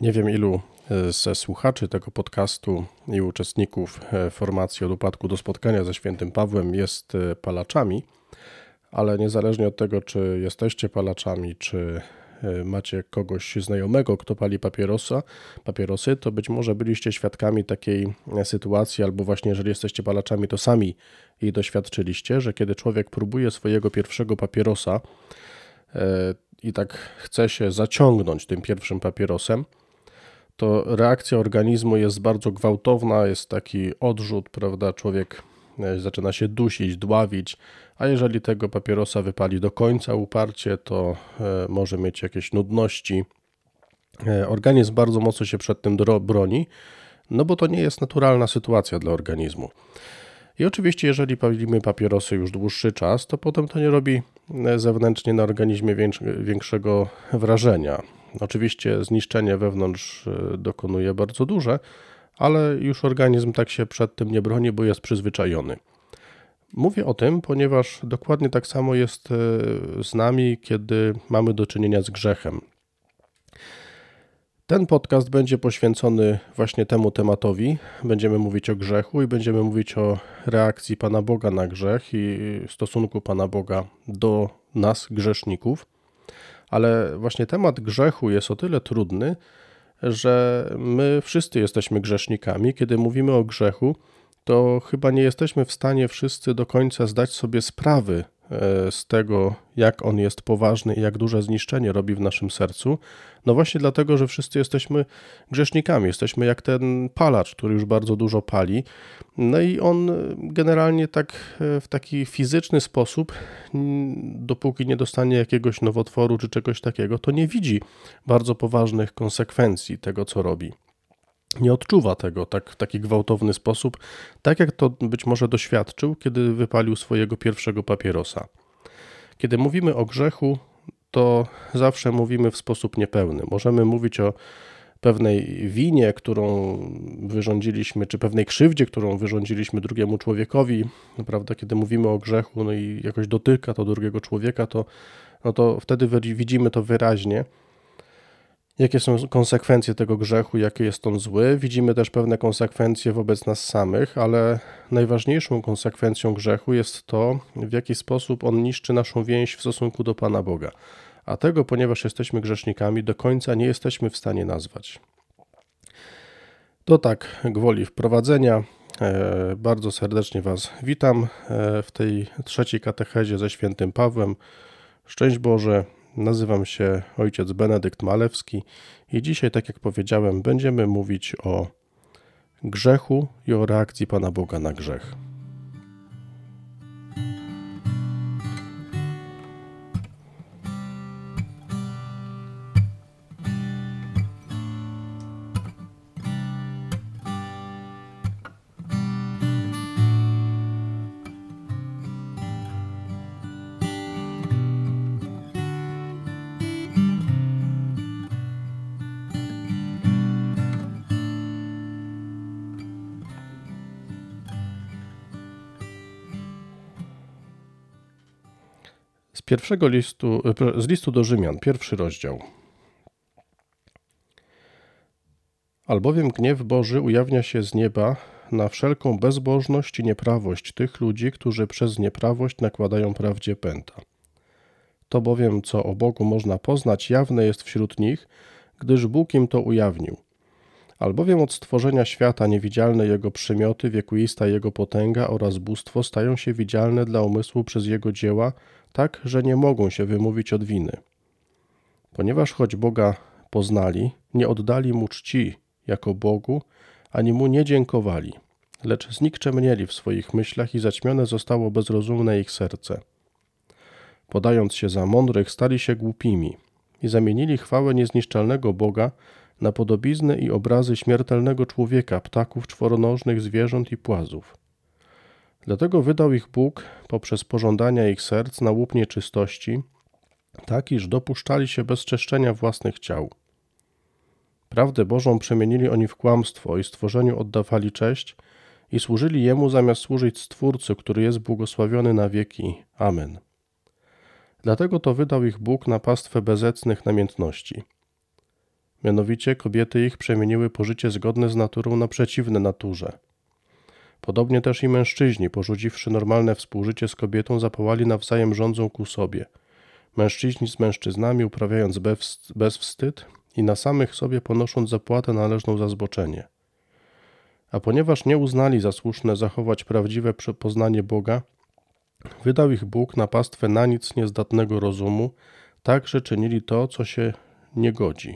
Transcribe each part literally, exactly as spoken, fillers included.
Nie wiem, ilu ze słuchaczy tego podcastu i uczestników formacji Od upadku do spotkania ze świętym Pawłem jest palaczami, ale niezależnie od tego, czy jesteście palaczami, czy macie kogoś znajomego, kto pali papierosa, papierosy, to być może byliście świadkami takiej sytuacji, albo właśnie jeżeli jesteście palaczami, to sami jej doświadczyliście, że kiedy człowiek próbuje swojego pierwszego papierosa i tak chce się zaciągnąć tym pierwszym papierosem, to reakcja organizmu jest bardzo gwałtowna, jest taki odrzut, prawda, człowiek zaczyna się dusić, dławić, a jeżeli tego papierosa wypali do końca uparcie, to może mieć jakieś nudności. Organizm bardzo mocno się przed tym broni, no bo to nie jest naturalna sytuacja dla organizmu. I oczywiście, jeżeli palimy papierosy już dłuższy czas, to potem to nie robi zewnętrznie na organizmie większego wrażenia. Oczywiście zniszczenie wewnątrz dokonuje bardzo duże, ale już organizm tak się przed tym nie broni, bo jest przyzwyczajony. Mówię o tym, ponieważ dokładnie tak samo jest z nami, kiedy mamy do czynienia z grzechem. Ten podcast będzie poświęcony właśnie temu tematowi. Będziemy mówić o grzechu i będziemy mówić o reakcji Pana Boga na grzech i stosunku Pana Boga do nas, grzeszników. Ale właśnie temat grzechu jest o tyle trudny, że my wszyscy jesteśmy grzesznikami. Kiedy mówimy o grzechu, to chyba nie jesteśmy w stanie wszyscy do końca zdać sobie sprawy z tego, jak on jest poważny i jak duże zniszczenie robi w naszym sercu. No właśnie dlatego, że wszyscy jesteśmy grzesznikami. Jesteśmy jak ten palacz, który już bardzo dużo pali. No i on generalnie tak w taki fizyczny sposób, dopóki nie dostanie jakiegoś nowotworu czy czegoś takiego, to nie widzi bardzo poważnych konsekwencji tego, co robi. Nie odczuwa tego tak, w taki gwałtowny sposób, tak jak to być może doświadczył, kiedy wypalił swojego pierwszego papierosa. Kiedy mówimy o grzechu, to zawsze mówimy w sposób niepełny. Możemy mówić o pewnej winie, którą wyrządziliśmy, czy pewnej krzywdzie, którą wyrządziliśmy drugiemu człowiekowi. Prawda? Kiedy mówimy o grzechu, no i jakoś dotyka to drugiego człowieka, to, no to wtedy widzimy to wyraźnie. Jakie są konsekwencje tego grzechu, jaki jest on zły. Widzimy też pewne konsekwencje wobec nas samych, ale najważniejszą konsekwencją grzechu jest to, w jaki sposób on niszczy naszą więź w stosunku do Pana Boga. A tego, ponieważ jesteśmy grzesznikami, do końca nie jesteśmy w stanie nazwać. To tak gwoli wprowadzenia. Bardzo serdecznie Was witam w tej trzeciej katechezie ze świętym Pawłem. Szczęść Boże. Nazywam się ojciec Benedykt Malewski i dzisiaj, tak jak powiedziałem, będziemy mówić o grzechu i o reakcji Pana Boga na grzech. Z pierwszego listu, z listu do Rzymian, pierwszy rozdział. Albowiem gniew Boży ujawnia się z nieba na wszelką bezbożność i nieprawość tych ludzi, którzy przez nieprawość nakładają prawdzie pęta. To bowiem, co o Bogu można poznać, jawne jest wśród nich, gdyż Bóg im to ujawnił. Albowiem od stworzenia świata niewidzialne Jego przymioty, wiekuista Jego potęga oraz bóstwo stają się widzialne dla umysłu przez Jego dzieła, tak, że nie mogą się wymówić od winy. Ponieważ choć Boga poznali, nie oddali Mu czci jako Bogu, ani Mu nie dziękowali, lecz znikczemnieli w swoich myślach i zaćmione zostało bezrozumne ich serce. Podając się za mądrych, stali się głupimi i zamienili chwałę niezniszczalnego Boga na podobizny i obrazy śmiertelnego człowieka, ptaków czworonożnych, zwierząt i płazów. Dlatego wydał ich Bóg poprzez pożądania ich serc na łup nieczystości, tak iż dopuszczali się bezczeszczenia własnych ciał. Prawdę Bożą przemienili oni w kłamstwo i stworzeniu oddawali cześć i służyli Jemu zamiast służyć Stwórcy, który jest błogosławiony na wieki. Amen. Dlatego to wydał ich Bóg na pastwę bezecnych namiętności. Mianowicie kobiety ich przemieniły pożycie zgodne z naturą na przeciwne naturze. Podobnie też i mężczyźni, porzuciwszy normalne współżycie z kobietą, zapołali nawzajem rządzą ku sobie. Mężczyźni z mężczyznami, uprawiając bezwstyd i na samych sobie ponosząc zapłatę należną za zboczenie. A ponieważ nie uznali za słuszne zachować prawdziwe poznanie Boga, wydał ich Bóg na pastwę na nic niezdatnego rozumu, tak, że czynili to, co się nie godzi.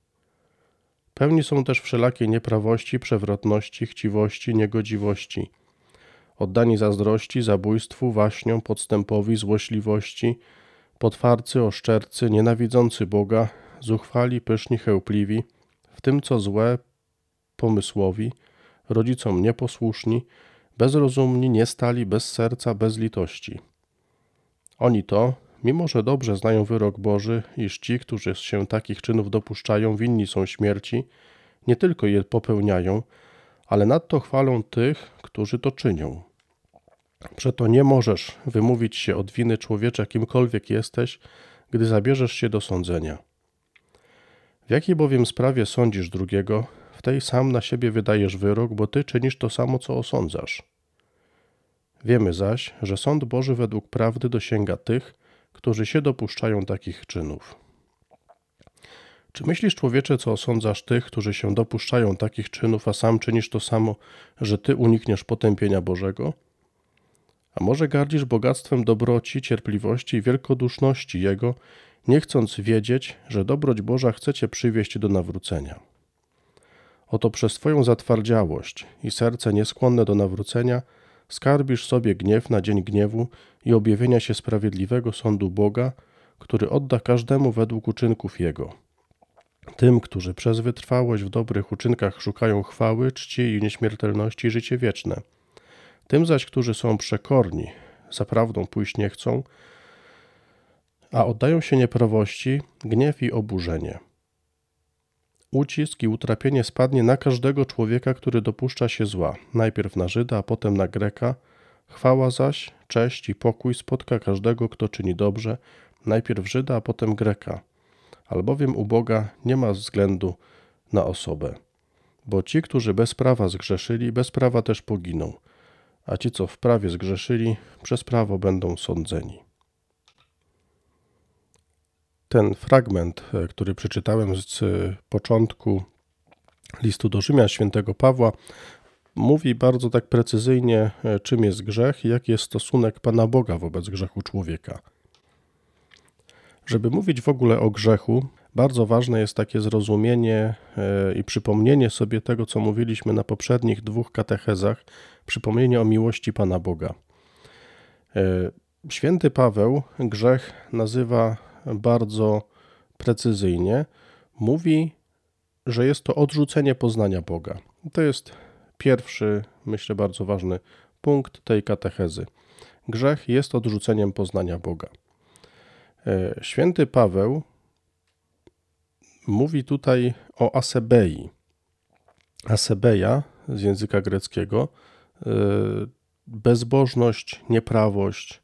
Pełni są też wszelakiej nieprawości, przewrotności, chciwości, niegodziwości, oddani zazdrości, zabójstwu, waśniom, podstępowi, złośliwości, potwarcy, oszczercy, nienawidzący Boga, zuchwali, pyszni, chełpliwi, w tym co złe, pomysłowi, rodzicom nieposłuszni, bezrozumni, niestali, bez serca, bez litości. Oni to, mimo że dobrze znają wyrok Boży, iż ci, którzy się takich czynów dopuszczają, winni są śmierci, nie tylko je popełniają, ale nadto chwalą tych, którzy to czynią. Przeto nie możesz wymówić się od winy człowiecza, kimkolwiek jesteś, gdy zabierzesz się do sądzenia. W jakiej bowiem sprawie sądzisz drugiego, w tej sam na siebie wydajesz wyrok, bo ty czynisz to samo, co osądzasz. Wiemy zaś, że sąd Boży według prawdy dosięga tych, którzy się dopuszczają takich czynów. Czy myślisz, człowiecze, co osądzasz tych, którzy się dopuszczają takich czynów, a sam czynisz to samo, że ty unikniesz potępienia Bożego? A może gardzisz bogactwem dobroci, cierpliwości i wielkoduszności Jego, nie chcąc wiedzieć, że dobroć Boża chce cię przywieść do nawrócenia. Oto przez twoją zatwardziałość i serce nieskłonne do nawrócenia skarbisz sobie gniew na dzień gniewu i objawienia się sprawiedliwego sądu Boga, który odda każdemu według uczynków Jego. Tym, którzy przez wytrwałość w dobrych uczynkach szukają chwały, czci i nieśmiertelności, życie wieczne. Tym zaś, którzy są przekorni, za prawdą pójść nie chcą, a oddają się nieprawości, gniew i oburzenie. Ucisk i utrapienie spadnie na każdego człowieka, który dopuszcza się zła, najpierw na Żyda, a potem na Greka. Chwała zaś, cześć i pokój spotka każdego, kto czyni dobrze, najpierw Żyda, a potem Greka. Albowiem u Boga nie ma względu na osobę. Bo ci, którzy bez prawa zgrzeszyli, bez prawa też poginą, a ci, co w prawie zgrzeszyli, przez prawo będą sądzeni. Ten fragment, który przeczytałem z początku listu do Rzymian świętego Pawła, mówi bardzo tak precyzyjnie, czym jest grzech i jaki jest stosunek Pana Boga wobec grzechu człowieka. Żeby mówić w ogóle o grzechu, bardzo ważne jest takie zrozumienie i przypomnienie sobie tego, co mówiliśmy na poprzednich dwóch katechezach, przypomnienie o miłości Pana Boga. Święty Paweł grzech nazywa bardzo precyzyjnie. Mówi, że jest to odrzucenie poznania Boga. To jest pierwszy, myślę, bardzo ważny punkt tej katechezy. Grzech jest odrzuceniem poznania Boga. Święty Paweł mówi tutaj o asebei. Asebeia z języka greckiego, bezbożność, nieprawość.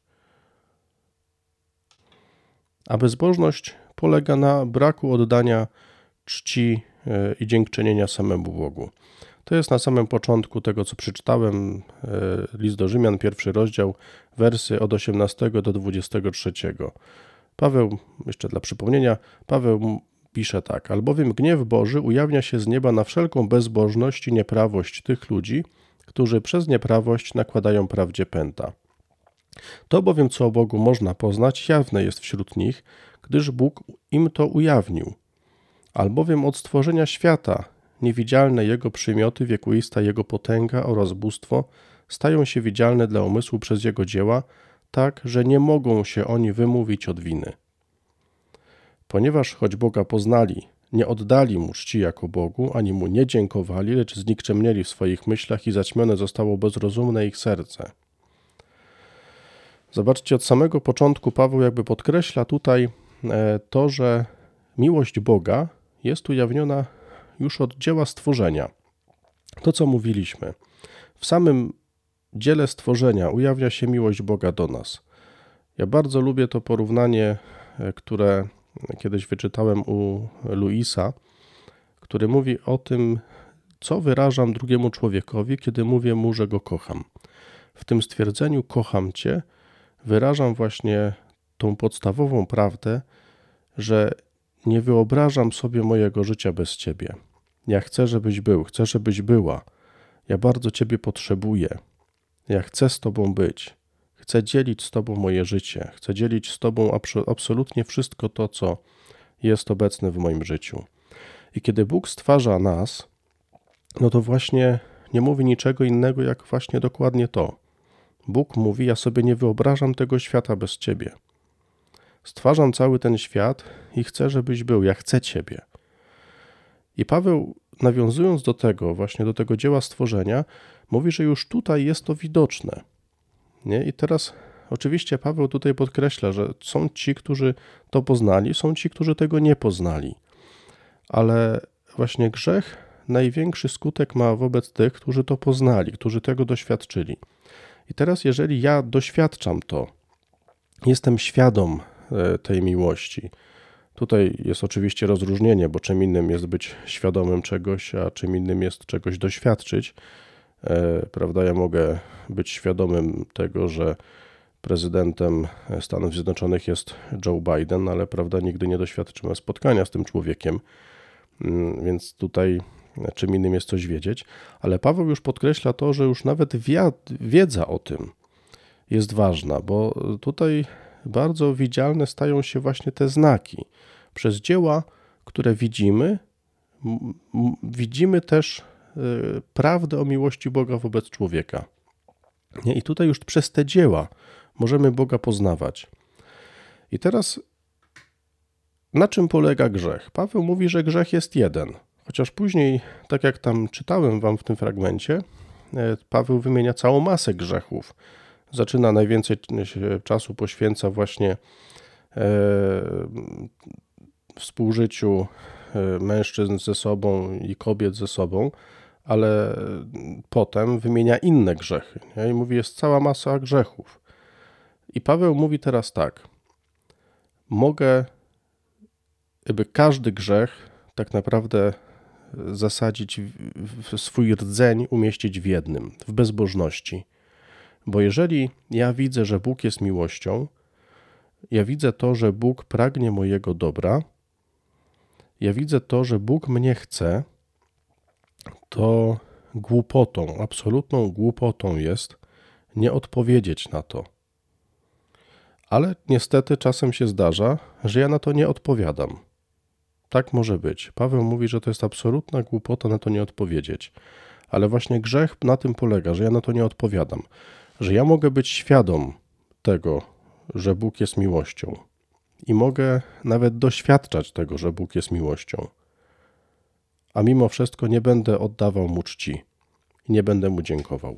A bezbożność polega na braku oddania czci i dziękczynienia samemu Bogu. To jest na samym początku tego, co przeczytałem, list do Rzymian, pierwszy rozdział, wersy od osiemnastego do dwudziestego trzeciego. Paweł, jeszcze dla przypomnienia, Paweł pisze tak: albowiem gniew Boży ujawnia się z nieba na wszelką bezbożność i nieprawość tych ludzi, którzy przez nieprawość nakładają prawdzie pęta. To bowiem, co o Bogu można poznać, jawne jest wśród nich, gdyż Bóg im to ujawnił. Albowiem od stworzenia świata niewidzialne Jego przymioty, wiekuista Jego potęga oraz bóstwo stają się widzialne dla umysłu przez Jego dzieła, tak, że nie mogą się oni wymówić od winy. Ponieważ choć Boga poznali, nie oddali Mu czci jako Bogu, ani Mu nie dziękowali, lecz znikczemnieli w swoich myślach i zaćmione zostało bezrozumne ich serce. Zobaczcie, od samego początku Paweł jakby podkreśla tutaj to, że miłość Boga jest ujawniona już od dzieła stworzenia. To, co mówiliśmy. W samym dziele stworzenia ujawnia się miłość Boga do nas. Ja bardzo lubię to porównanie, które kiedyś wyczytałem u Luisa, który mówi o tym, co wyrażam drugiemu człowiekowi, kiedy mówię mu, że go kocham. W tym stwierdzeniu kocham Cię wyrażam właśnie tą podstawową prawdę, że nie wyobrażam sobie mojego życia bez Ciebie. Ja chcę, żebyś był, chcę, żebyś była. Ja bardzo Ciebie potrzebuję. Ja chcę z Tobą być. Chcę dzielić z Tobą moje życie. Chcę dzielić z Tobą absolutnie wszystko to, co jest obecne w moim życiu. I kiedy Bóg stwarza nas, no to właśnie nie mówi niczego innego, jak właśnie dokładnie to. Bóg mówi, ja sobie nie wyobrażam tego świata bez Ciebie. Stwarzam cały ten świat i chcę, żebyś był. Ja chcę Ciebie. I Paweł, nawiązując do tego, właśnie do tego dzieła stworzenia, mówi, że już tutaj jest to widoczne. Nie? I teraz oczywiście Paweł tutaj podkreśla, że są ci, którzy to poznali, są ci, którzy tego nie poznali. Ale właśnie grzech największy skutek ma wobec tych, którzy to poznali, którzy tego doświadczyli. I teraz jeżeli ja doświadczam to, jestem świadom tej miłości, tutaj jest oczywiście rozróżnienie, bo czym innym jest być świadomym czegoś, a czym innym jest czegoś doświadczyć. E, prawda, ja mogę być świadomym tego, że prezydentem Stanów Zjednoczonych jest Joe Biden, ale prawda, nigdy nie doświadczyłem spotkania z tym człowiekiem, więc tutaj czym innym jest coś wiedzieć. Ale Paweł już podkreśla to, że już nawet wiedza o tym jest ważna, bo tutaj bardzo widzialne stają się właśnie te znaki. Przez dzieła, które widzimy, m- widzimy też y, prawdę o miłości Boga wobec człowieka. Nie? I tutaj już przez te dzieła możemy Boga poznawać. I teraz na czym polega grzech? Paweł mówi, że grzech jest jeden. Chociaż później, tak jak tam czytałem wam w tym fragmencie, Paweł wymienia całą masę grzechów. Zaczyna najwięcej czasu poświęca właśnie e, współżyciu mężczyzn ze sobą i kobiet ze sobą, ale potem wymienia inne grzechy. Nie? I mówi, jest cała masa grzechów. I Paweł mówi teraz tak. Mogę, jakby każdy grzech tak naprawdę zasadzić w swój rdzeń, umieścić w jednym, w bezbożności. Bo jeżeli ja widzę, że Bóg jest miłością, ja widzę to, że Bóg pragnie mojego dobra, ja widzę to, że Bóg mnie chce, to głupotą, absolutną głupotą jest nie odpowiedzieć na to. Ale niestety czasem się zdarza, że ja na to nie odpowiadam. Tak może być. Paweł mówi, że to jest absolutna głupota na to nie odpowiedzieć. Ale właśnie grzech na tym polega, że ja na to nie odpowiadam. Że ja mogę być świadom tego, że Bóg jest miłością. I mogę nawet doświadczać tego, że Bóg jest miłością. A mimo wszystko nie będę oddawał Mu czci. I nie będę Mu dziękował.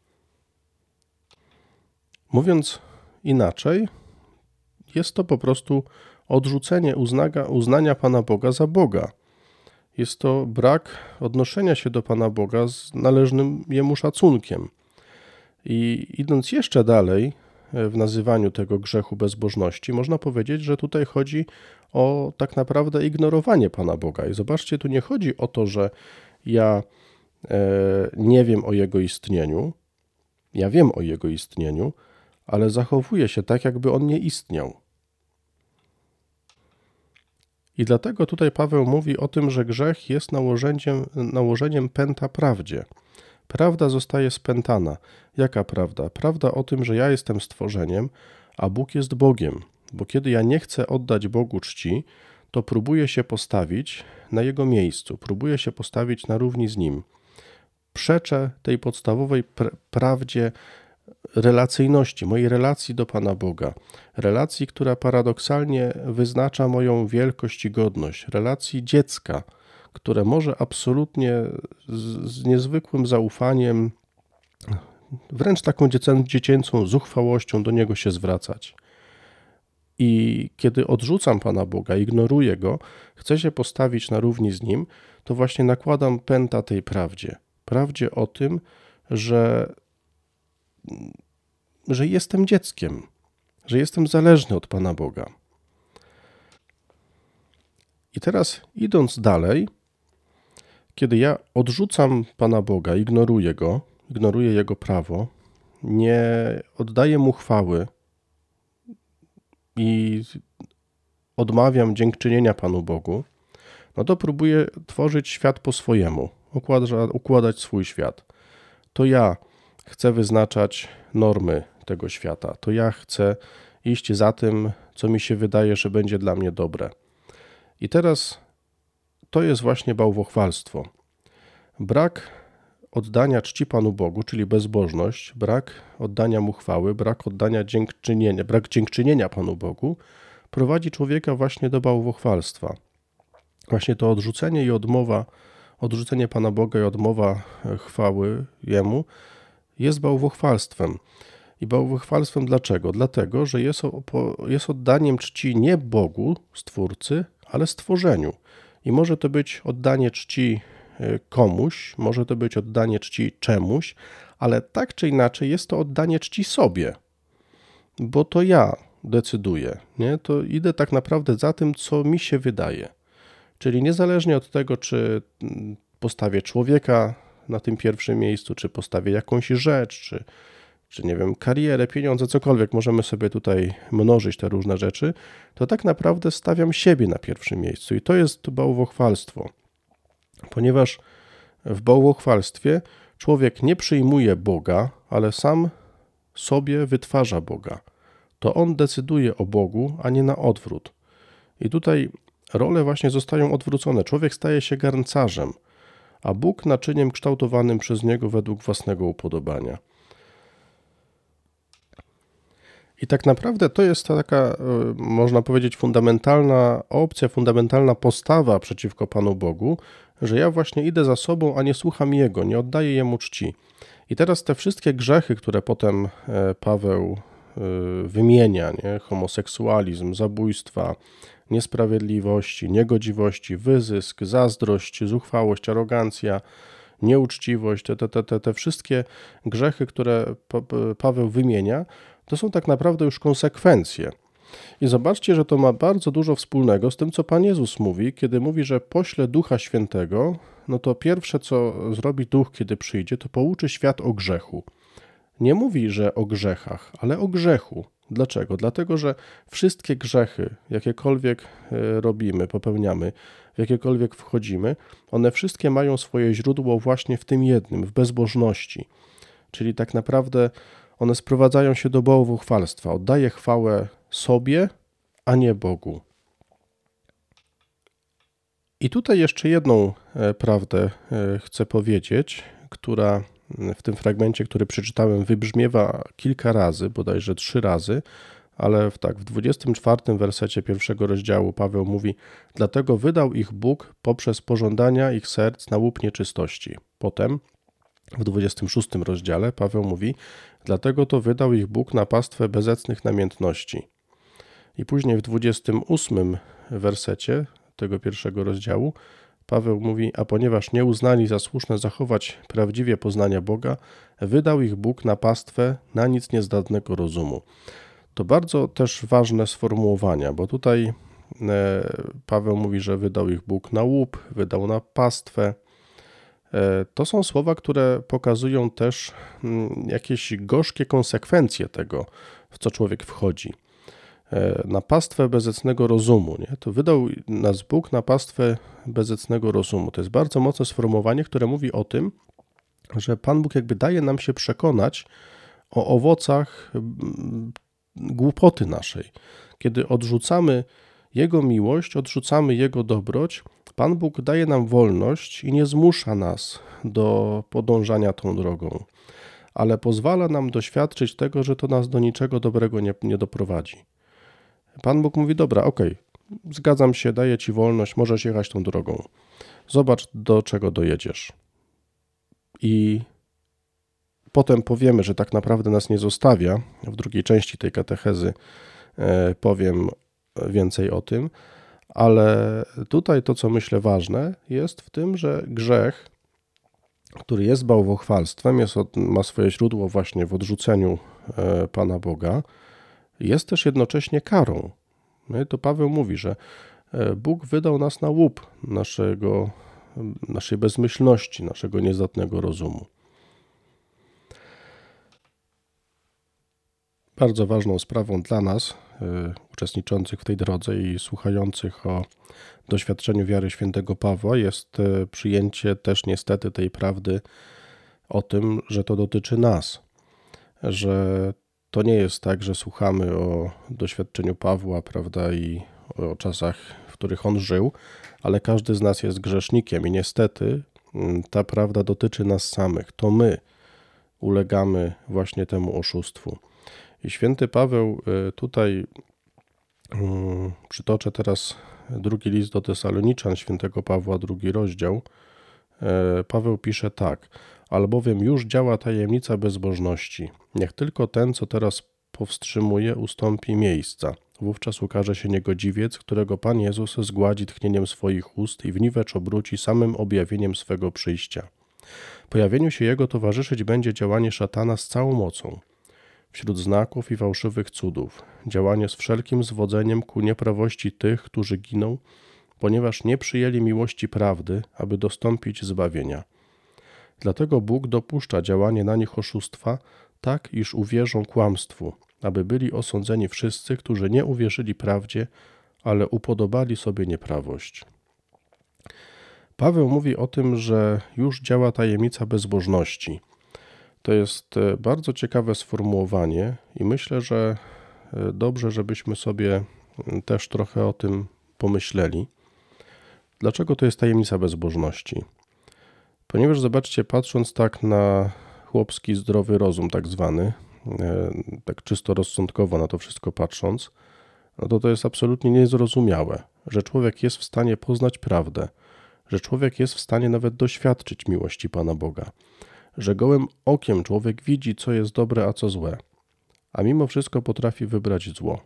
Mówiąc inaczej, jest to po prostu odrzucenie uznaga, uznania Pana Boga za Boga. Jest to brak odnoszenia się do Pana Boga z należnym Jemu szacunkiem. I idąc jeszcze dalej w nazywaniu tego grzechu bezbożności, można powiedzieć, że tutaj chodzi o tak naprawdę ignorowanie Pana Boga. I zobaczcie, tu nie chodzi o to, że ja e, nie wiem o Jego istnieniu. Ja wiem o Jego istnieniu, ale zachowuję się tak, jakby On nie istniał. I dlatego tutaj Paweł mówi o tym, że grzech jest nałożeniem, nałożeniem pęta prawdzie. Prawda zostaje spętana. Jaka prawda? Prawda o tym, że ja jestem stworzeniem, a Bóg jest Bogiem. Bo kiedy ja nie chcę oddać Bogu czci, to próbuję się postawić na Jego miejscu. Próbuję się postawić na równi z Nim. Przeczę tej podstawowej pr- prawdzie relacyjności, mojej relacji do Pana Boga. Relacji, która paradoksalnie wyznacza moją wielkość i godność. Relacji dziecka, które może absolutnie z, z niezwykłym zaufaniem, wręcz taką dziecię, dziecięcą zuchwałością do Niego się zwracać. I kiedy odrzucam Pana Boga, ignoruję Go, chcę się postawić na równi z Nim, to właśnie nakładam pęta tej prawdzie. Prawdzie o tym, że że jestem dzieckiem, że jestem zależny od Pana Boga. I teraz idąc dalej, Kiedy ja odrzucam Pana Boga, ignoruję Go, ignoruję Jego prawo, nie oddaję Mu chwały i odmawiam dziękczynienia Panu Bogu, no to próbuję tworzyć świat po swojemu, układać swój świat. To ja chcę wyznaczać normy tego świata, to ja chcę iść za tym, co mi się wydaje, że będzie dla mnie dobre. I teraz to jest właśnie bałwochwalstwo. Brak oddania czci Panu Bogu, czyli bezbożność, brak oddania Mu chwały, brak oddania dziękczynienia, brak dziękczynienia Panu Bogu prowadzi człowieka właśnie do bałwochwalstwa. Właśnie to odrzucenie i odmowa, odrzucenie Pana Boga i odmowa chwały Jemu jest bałwochwalstwem. I bałwochwalstwem dlaczego? Dlatego, że jest, jest oddaniem czci nie Bogu, Stwórcy, ale stworzeniu. I może to być oddanie czci komuś, może to być oddanie czci czemuś, ale tak czy inaczej jest to oddanie czci sobie, bo to ja decyduję, nie? To idę tak naprawdę za tym, co mi się wydaje. Czyli niezależnie od tego, czy postawię człowieka na tym pierwszym miejscu, czy postawię jakąś rzecz, czy, czy nie wiem, karierę, pieniądze, cokolwiek, możemy sobie tutaj mnożyć te różne rzeczy, to tak naprawdę stawiam siebie na pierwszym miejscu i to jest bałwochwalstwo. Ponieważ w bałwochwalstwie człowiek nie przyjmuje Boga, ale sam sobie wytwarza Boga. To on decyduje o Bogu, a nie na odwrót. I tutaj role właśnie zostają odwrócone. Człowiek staje się garncarzem, a Bóg naczyniem kształtowanym przez niego według własnego upodobania. I tak naprawdę to jest taka, można powiedzieć, fundamentalna opcja, fundamentalna postawa przeciwko Panu Bogu, że ja właśnie idę za sobą, a nie słucham Jego, nie oddaję Jemu czci. I teraz te wszystkie grzechy, które potem Paweł wymienia, nie? Homoseksualizm, zabójstwa, niesprawiedliwości, niegodziwości, wyzysk, zazdrość, zuchwałość, arogancja, nieuczciwość, te, te, te, te wszystkie grzechy, które Paweł wymienia, to są tak naprawdę już konsekwencje. I zobaczcie, że to ma bardzo dużo wspólnego z tym, co Pan Jezus mówi, kiedy mówi, że pośle Ducha Świętego, no to pierwsze, co zrobi Duch, kiedy przyjdzie, to pouczy świat o grzechu. Nie mówi, że o grzechach, ale o grzechu. Dlaczego? Dlatego, że wszystkie grzechy, jakiekolwiek robimy, popełniamy, w jakiekolwiek wchodzimy, one wszystkie mają swoje źródło właśnie w tym jednym, w bezbożności. Czyli tak naprawdę one sprowadzają się do bałwochwalstwa. Oddaję chwałę sobie, a nie Bogu. I tutaj jeszcze jedną prawdę chcę powiedzieć, która w tym fragmencie, który przeczytałem, wybrzmiewa kilka razy, bodajże trzy razy, ale w, tak, w dwudziestym czwartym wersecie pierwszego rozdziału Paweł mówi: dlatego wydał ich Bóg poprzez pożądania ich serc na łup nieczystości. Potem w dwudziestym szóstym rozdziale Paweł mówi: dlatego to wydał ich Bóg na pastwę bezecnych namiętności. I później w dwudziestym ósmym wersecie tego pierwszego rozdziału Paweł mówi: a ponieważ nie uznali za słuszne zachować prawdziwie poznania Boga, wydał ich Bóg na pastwę na nic niezdatnego rozumu. To bardzo też ważne sformułowania, bo tutaj Paweł mówi, że wydał ich Bóg na łup, wydał na pastwę. To są słowa, które pokazują też jakieś gorzkie konsekwencje tego, w co człowiek wchodzi. Na pastwę bezecnego rozumu. Nie? To wydał nas Bóg na pastwę bezecnego rozumu. To jest bardzo mocne sformułowanie, które mówi o tym, że Pan Bóg jakby daje nam się przekonać o owocach głupoty naszej. Kiedy odrzucamy Jego miłość, odrzucamy Jego dobroć, Pan Bóg daje nam wolność i nie zmusza nas do podążania tą drogą, ale pozwala nam doświadczyć tego, że to nas do niczego dobrego nie, nie doprowadzi. Pan Bóg mówi: dobra, okej, okay, zgadzam się, daję Ci wolność, możesz jechać tą drogą. Zobacz, do czego dojedziesz. I potem powiemy, że tak naprawdę nas nie zostawia. W drugiej części tej katechezy powiem więcej o tym, ale tutaj to, co myślę ważne, jest w tym, że grzech, który jest bałwochwalstwem, jest, ma swoje źródło właśnie w odrzuceniu Pana Boga, jest też jednocześnie karą. To Paweł mówi, że Bóg wydał nas na łup naszego naszej bezmyślności, naszego niezdatnego rozumu. Bardzo ważną sprawą dla nas, y, uczestniczących w tej drodze i słuchających o doświadczeniu wiary świętego Pawła, jest y, przyjęcie też niestety tej prawdy o tym, że to dotyczy nas, że to nie jest tak, że słuchamy o doświadczeniu Pawła, prawda, i o czasach, w których on żył, ale każdy z nas jest grzesznikiem i niestety ta prawda dotyczy nas samych. To my ulegamy właśnie temu oszustwu. I święty Paweł tutaj, przytoczę teraz drugi list do Tesaloniczan świętego Pawła, drugi rozdział. Paweł pisze tak: albowiem już działa tajemnica bezbożności. Niech tylko ten, co teraz powstrzymuje, ustąpi miejsca. Wówczas ukaże się niegodziwiec, którego Pan Jezus zgładzi tchnieniem swoich ust i w niwecz obróci samym objawieniem swego przyjścia. Pojawieniu się Jego towarzyszyć będzie działanie szatana z całą mocą, wśród znaków i fałszywych cudów, działanie z wszelkim zwodzeniem ku nieprawości tych, którzy giną, ponieważ nie przyjęli miłości prawdy, aby dostąpić zbawienia. Dlatego Bóg dopuszcza działanie na nich oszustwa, tak iż uwierzą kłamstwu, aby byli osądzeni wszyscy, którzy nie uwierzyli prawdzie, ale upodobali sobie nieprawość. Paweł mówi o tym, że już działa tajemnica bezbożności. To jest bardzo ciekawe sformułowanie i myślę, że dobrze, żebyśmy sobie też trochę o tym pomyśleli. Dlaczego to jest tajemnica bezbożności? Ponieważ zobaczcie, patrząc tak na chłopski zdrowy rozum tak zwany, tak czysto rozsądkowo na to wszystko patrząc, no to to jest absolutnie niezrozumiałe, że człowiek jest w stanie poznać prawdę, że człowiek jest w stanie nawet doświadczyć miłości Pana Boga, że gołym okiem człowiek widzi, co jest dobre, a co złe, a mimo wszystko potrafi wybrać zło.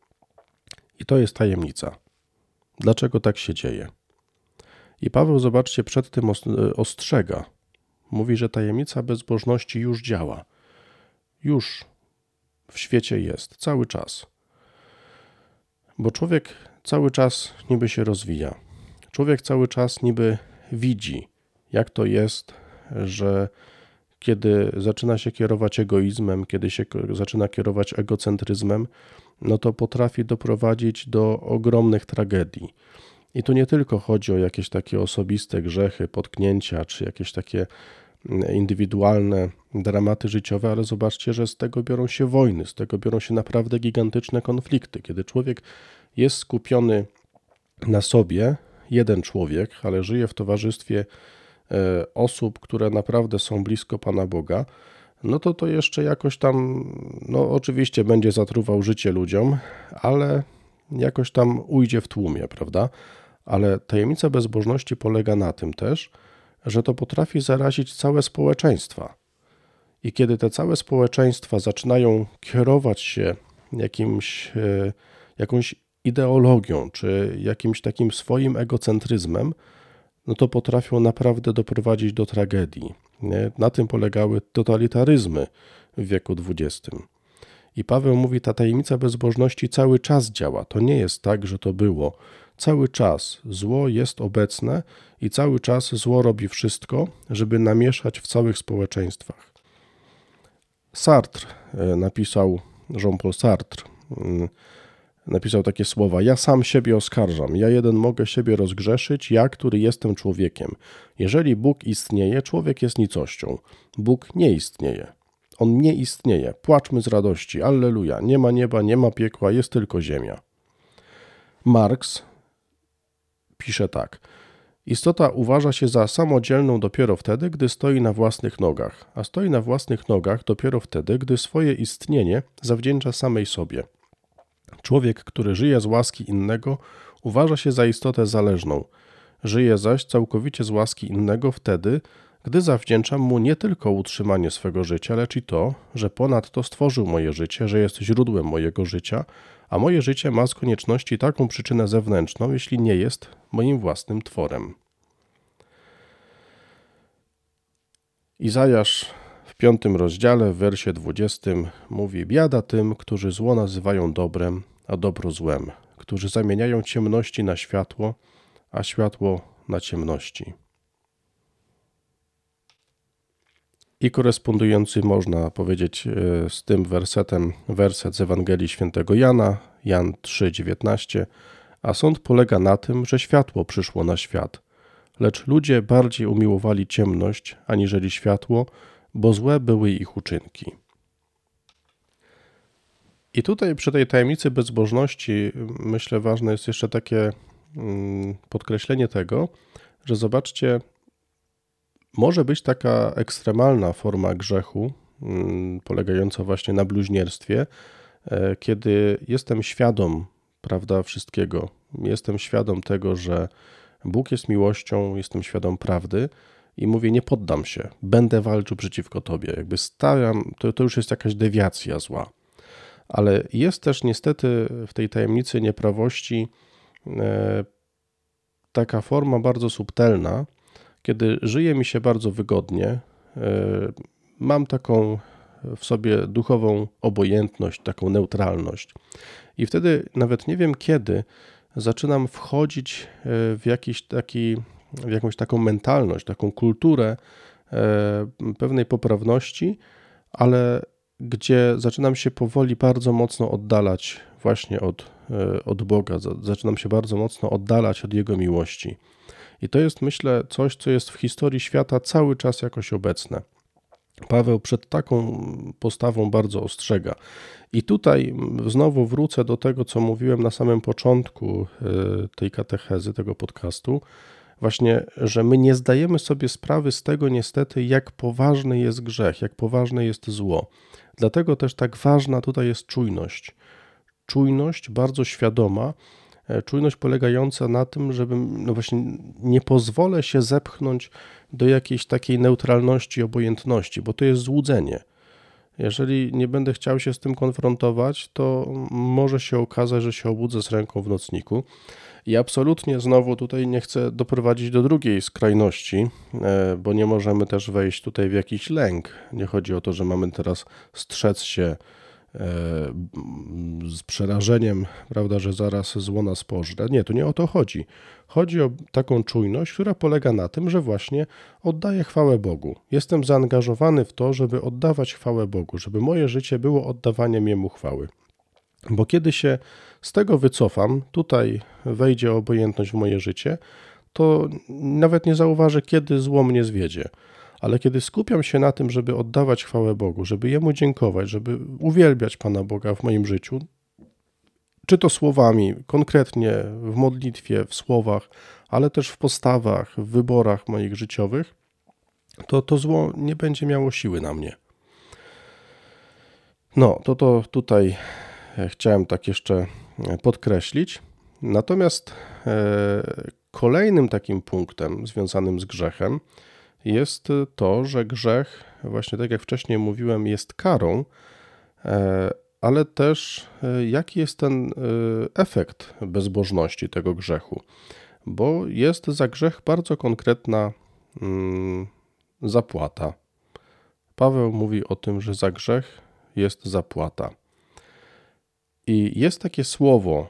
I to jest tajemnica. Dlaczego tak się dzieje? I Paweł, zobaczcie, przed tym ostrzega. Mówi, że tajemnica bezbożności już działa. Już w świecie jest, cały czas. Bo człowiek cały czas niby się rozwija. Człowiek cały czas niby widzi, jak to jest, że kiedy zaczyna się kierować egoizmem, kiedy się zaczyna kierować egocentryzmem, no to potrafi doprowadzić do ogromnych tragedii. I tu nie tylko chodzi o jakieś takie osobiste grzechy, potknięcia, czy jakieś takie indywidualne dramaty życiowe, ale zobaczcie, że z tego biorą się wojny, z tego biorą się naprawdę gigantyczne konflikty. Kiedy człowiek jest skupiony na sobie, jeden człowiek, ale żyje w towarzystwie osób, które naprawdę są blisko Pana Boga, no to to jeszcze jakoś tam, no oczywiście będzie zatruwał życie ludziom, ale jakoś tam ujdzie w tłumie, prawda? Ale tajemnica bezbożności polega na tym też, że to potrafi zarazić całe społeczeństwa. I kiedy te całe społeczeństwa zaczynają kierować się jakimś, jakąś ideologią, czy jakimś takim swoim egocentryzmem, no to potrafią naprawdę doprowadzić do tragedii. Nie? Na tym polegały totalitaryzmy w wieku dwudziestym. I Paweł mówi, ta tajemnica bezbożności cały czas działa. To nie jest tak, że to było. Cały czas zło jest obecne i cały czas zło robi wszystko, żeby namieszać w całych społeczeństwach. Sartre napisał, Jean-Paul Sartre, napisał takie słowa: ja sam siebie oskarżam, ja jeden mogę siebie rozgrzeszyć, ja, który jestem człowiekiem. Jeżeli Bóg istnieje, człowiek jest nicością. Bóg nie istnieje. On nie istnieje. Płaczmy z radości. Alleluja. Nie ma nieba, nie ma piekła, jest tylko ziemia. Marx pisze tak. Istota uważa się za samodzielną dopiero wtedy, gdy stoi na własnych nogach, a stoi na własnych nogach dopiero wtedy, gdy swoje istnienie zawdzięcza samej sobie. Człowiek, który żyje z łaski innego, uważa się za istotę zależną. Żyje zaś całkowicie z łaski innego wtedy, gdy zawdzięczam mu nie tylko utrzymanie swego życia, lecz i to, że ponadto stworzył moje życie, że jest źródłem mojego życia, a moje życie ma z konieczności taką przyczynę zewnętrzną, jeśli nie jest moim własnym tworem. Izajasz w piątym rozdziale, w wersie dwudziestym mówi: biada tym, którzy zło nazywają dobrem, a dobro złem, którzy zamieniają ciemności na światło, a światło na ciemności. i korespondujący, można powiedzieć, z tym wersetem, werset z Ewangelii Świętego Jana, Jan trzy dziewiętnaście, a sąd polega na tym, że światło przyszło na świat, lecz ludzie bardziej umiłowali ciemność aniżeli światło, bo złe były ich uczynki. I tutaj przy tej tajemnicy bezbożności myślę ważne jest jeszcze takie podkreślenie tego, że zobaczcie, może być taka ekstremalna forma grzechu, polegająca właśnie na bluźnierstwie, kiedy jestem świadom, prawda, wszystkiego. Jestem świadom tego, że Bóg jest miłością, jestem świadom prawdy i mówię, nie poddam się, będę walczył przeciwko Tobie. Jakby stawiam, to, to już jest jakaś dewiacja zła. Ale jest też niestety w tej tajemnicy nieprawości e, taka forma bardzo subtelna, kiedy żyje mi się bardzo wygodnie, e, mam taką w sobie duchową obojętność, taką neutralność. I wtedy nawet nie wiem kiedy zaczynam wchodzić w jakiś taki, w jakąś taką mentalność, taką kulturę pewnej poprawności, ale gdzie zaczynam się powoli bardzo mocno oddalać właśnie od, od Boga, zaczynam się bardzo mocno oddalać od Jego miłości. I to jest, myślę, coś, co jest w historii świata cały czas jakoś obecne. Paweł przed taką postawą bardzo ostrzega. I tutaj znowu wrócę do tego, co mówiłem na samym początku tej katechezy, tego podcastu, właśnie, że my nie zdajemy sobie sprawy z tego niestety, jak poważny jest grzech, jak poważne jest zło. Dlatego też tak ważna tutaj jest czujność. Czujność bardzo świadoma, czujność polegająca na tym, żebym, no właśnie, nie pozwolę się zepchnąć do jakiejś takiej neutralności, obojętności, bo to jest złudzenie. Jeżeli nie będę chciał się z tym konfrontować, to może się okazać, że się obudzę z ręką w nocniku. I absolutnie znowu tutaj nie chcę doprowadzić do drugiej skrajności, bo nie możemy też wejść tutaj w jakiś lęk. Nie chodzi o to, że mamy teraz strzec się z przerażeniem, prawda, że zaraz zło nas pożre. Nie, tu nie o to chodzi. Chodzi o taką czujność, która polega na tym, że właśnie oddaję chwałę Bogu. Jestem zaangażowany w to, żeby oddawać chwałę Bogu, żeby moje życie było oddawaniem Jemu chwały. Bo kiedy się z tego wycofam, tutaj wejdzie obojętność w moje życie, to nawet nie zauważę, kiedy zło mnie zwiedzie. Ale kiedy skupiam się na tym, żeby oddawać chwałę Bogu, żeby Jemu dziękować, żeby uwielbiać Pana Boga w moim życiu, czy to słowami, konkretnie w modlitwie, w słowach, ale też w postawach, w wyborach moich życiowych, to to zło nie będzie miało siły na mnie. No, to to tutaj chciałem tak jeszcze podkreślić. Natomiast kolejnym takim punktem związanym z grzechem jest to, że grzech, właśnie tak jak wcześniej mówiłem, jest karą, ale też jaki jest ten efekt bezbożności tego grzechu. Bo jest za grzech bardzo konkretna zapłata. Paweł mówi o tym, że za grzech jest zapłata. I jest takie słowo,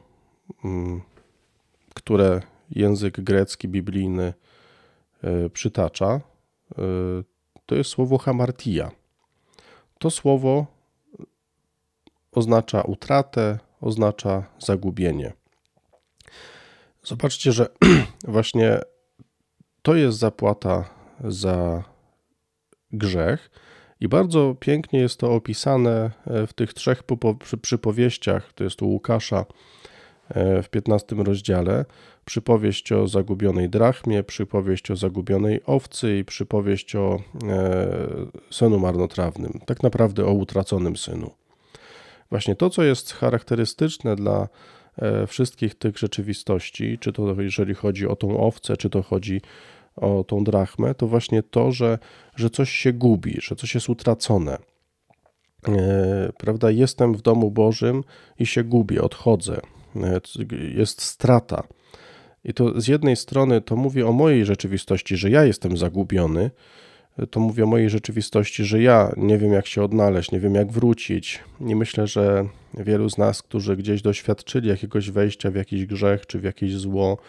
które język grecki, biblijny przytacza, to jest słowo hamartia. To słowo oznacza utratę, oznacza zagubienie. Zobaczcie, że właśnie to jest zapłata za grzech i bardzo pięknie jest to opisane w tych trzech przypowieściach, to jest u Łukasza w piętnastym rozdziale, przypowieść o zagubionej drachmie, przypowieść o zagubionej owcy i przypowieść o synu marnotrawnym, tak naprawdę o utraconym synu. Właśnie to, co jest charakterystyczne dla wszystkich tych rzeczywistości, czy to jeżeli chodzi o tą owcę, czy to chodzi o tą drachmę, to właśnie to, że, że coś się gubi, że coś jest utracone. Prawda? Jestem w domu Bożym i się gubię, odchodzę. Jest strata. I to z jednej strony to mówię o mojej rzeczywistości, że ja jestem zagubiony, to mówię o mojej rzeczywistości, że ja nie wiem, jak się odnaleźć, nie wiem, jak wrócić. I myślę, że wielu z nas, którzy gdzieś doświadczyli jakiegoś wejścia w jakiś grzech czy w jakieś zło,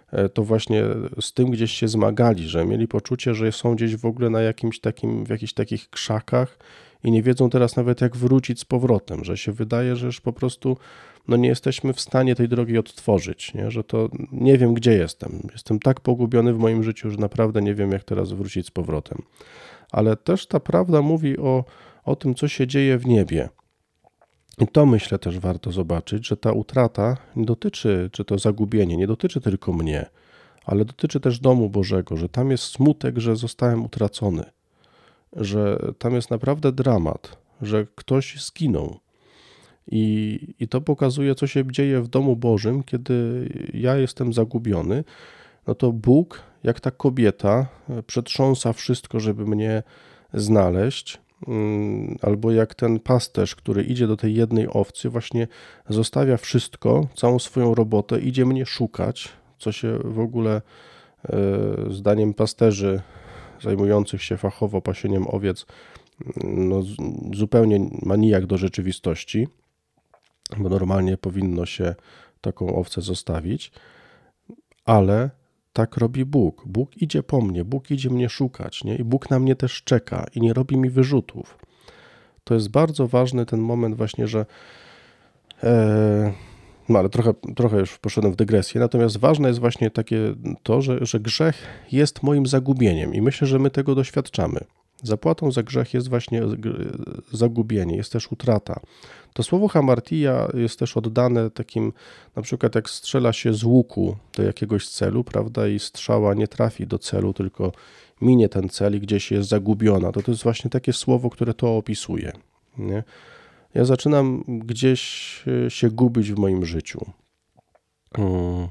to właśnie z tym gdzieś się zmagali, że mieli poczucie, że są gdzieś w ogóle na jakimś takim, w jakichś takich krzakach i nie wiedzą teraz nawet jak wrócić z powrotem, że się wydaje, że już po prostu no nie jesteśmy w stanie tej drogi odtworzyć, nie? Że to nie wiem gdzie jestem. Jestem tak pogubiony w moim życiu, że naprawdę nie wiem jak teraz wrócić z powrotem. Ale też ta prawda mówi o, o tym, co się dzieje w niebie. I to myślę też warto zobaczyć, że ta utrata nie dotyczy, czy to zagubienie, nie dotyczy tylko mnie, ale dotyczy też domu Bożego, że tam jest smutek, że zostałem utracony, że tam jest naprawdę dramat, że ktoś zginął. I, I to pokazuje, co się dzieje w domu Bożym, kiedy ja jestem zagubiony. No to Bóg, jak ta kobieta, przetrząsa wszystko, żeby mnie znaleźć, albo jak ten pasterz, który idzie do tej jednej owcy, właśnie zostawia wszystko, całą swoją robotę, idzie mnie szukać, co się w ogóle zdaniem pasterzy zajmujących się fachowo pasieniem owiec no, zupełnie ma nijak do rzeczywistości, bo normalnie powinno się taką owcę zostawić, ale tak robi Bóg. Bóg idzie po mnie, Bóg idzie mnie szukać, nie? I Bóg na mnie też czeka i nie robi mi wyrzutów. To jest bardzo ważny ten moment właśnie, że e, no ale trochę, trochę już poszedłem w dygresję, natomiast ważne jest właśnie takie to, że, że grzech jest moim zagubieniem i myślę, że my tego doświadczamy. Zapłatą za grzech jest właśnie zagubienie, jest też utrata. To słowo hamartia jest też oddane takim, na przykład jak strzela się z łuku do jakiegoś celu, prawda, i strzała nie trafi do celu, tylko minie ten cel i gdzieś jest zagubiona. To to jest właśnie takie słowo, które to opisuje. Nie? Ja zaczynam gdzieś się gubić w moim życiu. Hmm.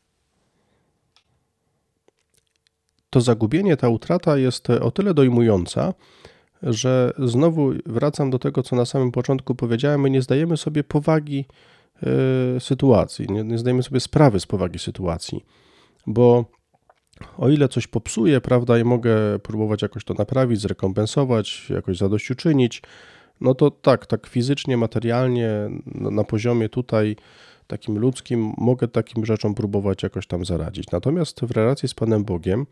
To zagubienie, ta utrata jest o tyle dojmująca, że znowu wracam do tego, co na samym początku powiedziałem, my nie zdajemy sobie powagi y, sytuacji, nie, nie zdajemy sobie sprawy z powagi sytuacji, bo o ile coś popsuję, prawda, i mogę próbować jakoś to naprawić, zrekompensować, jakoś zadośćuczynić, no to tak, tak fizycznie, materialnie, na, na poziomie tutaj takim ludzkim mogę takim rzeczom próbować jakoś tam zaradzić. Natomiast w relacji z Panem Bogiem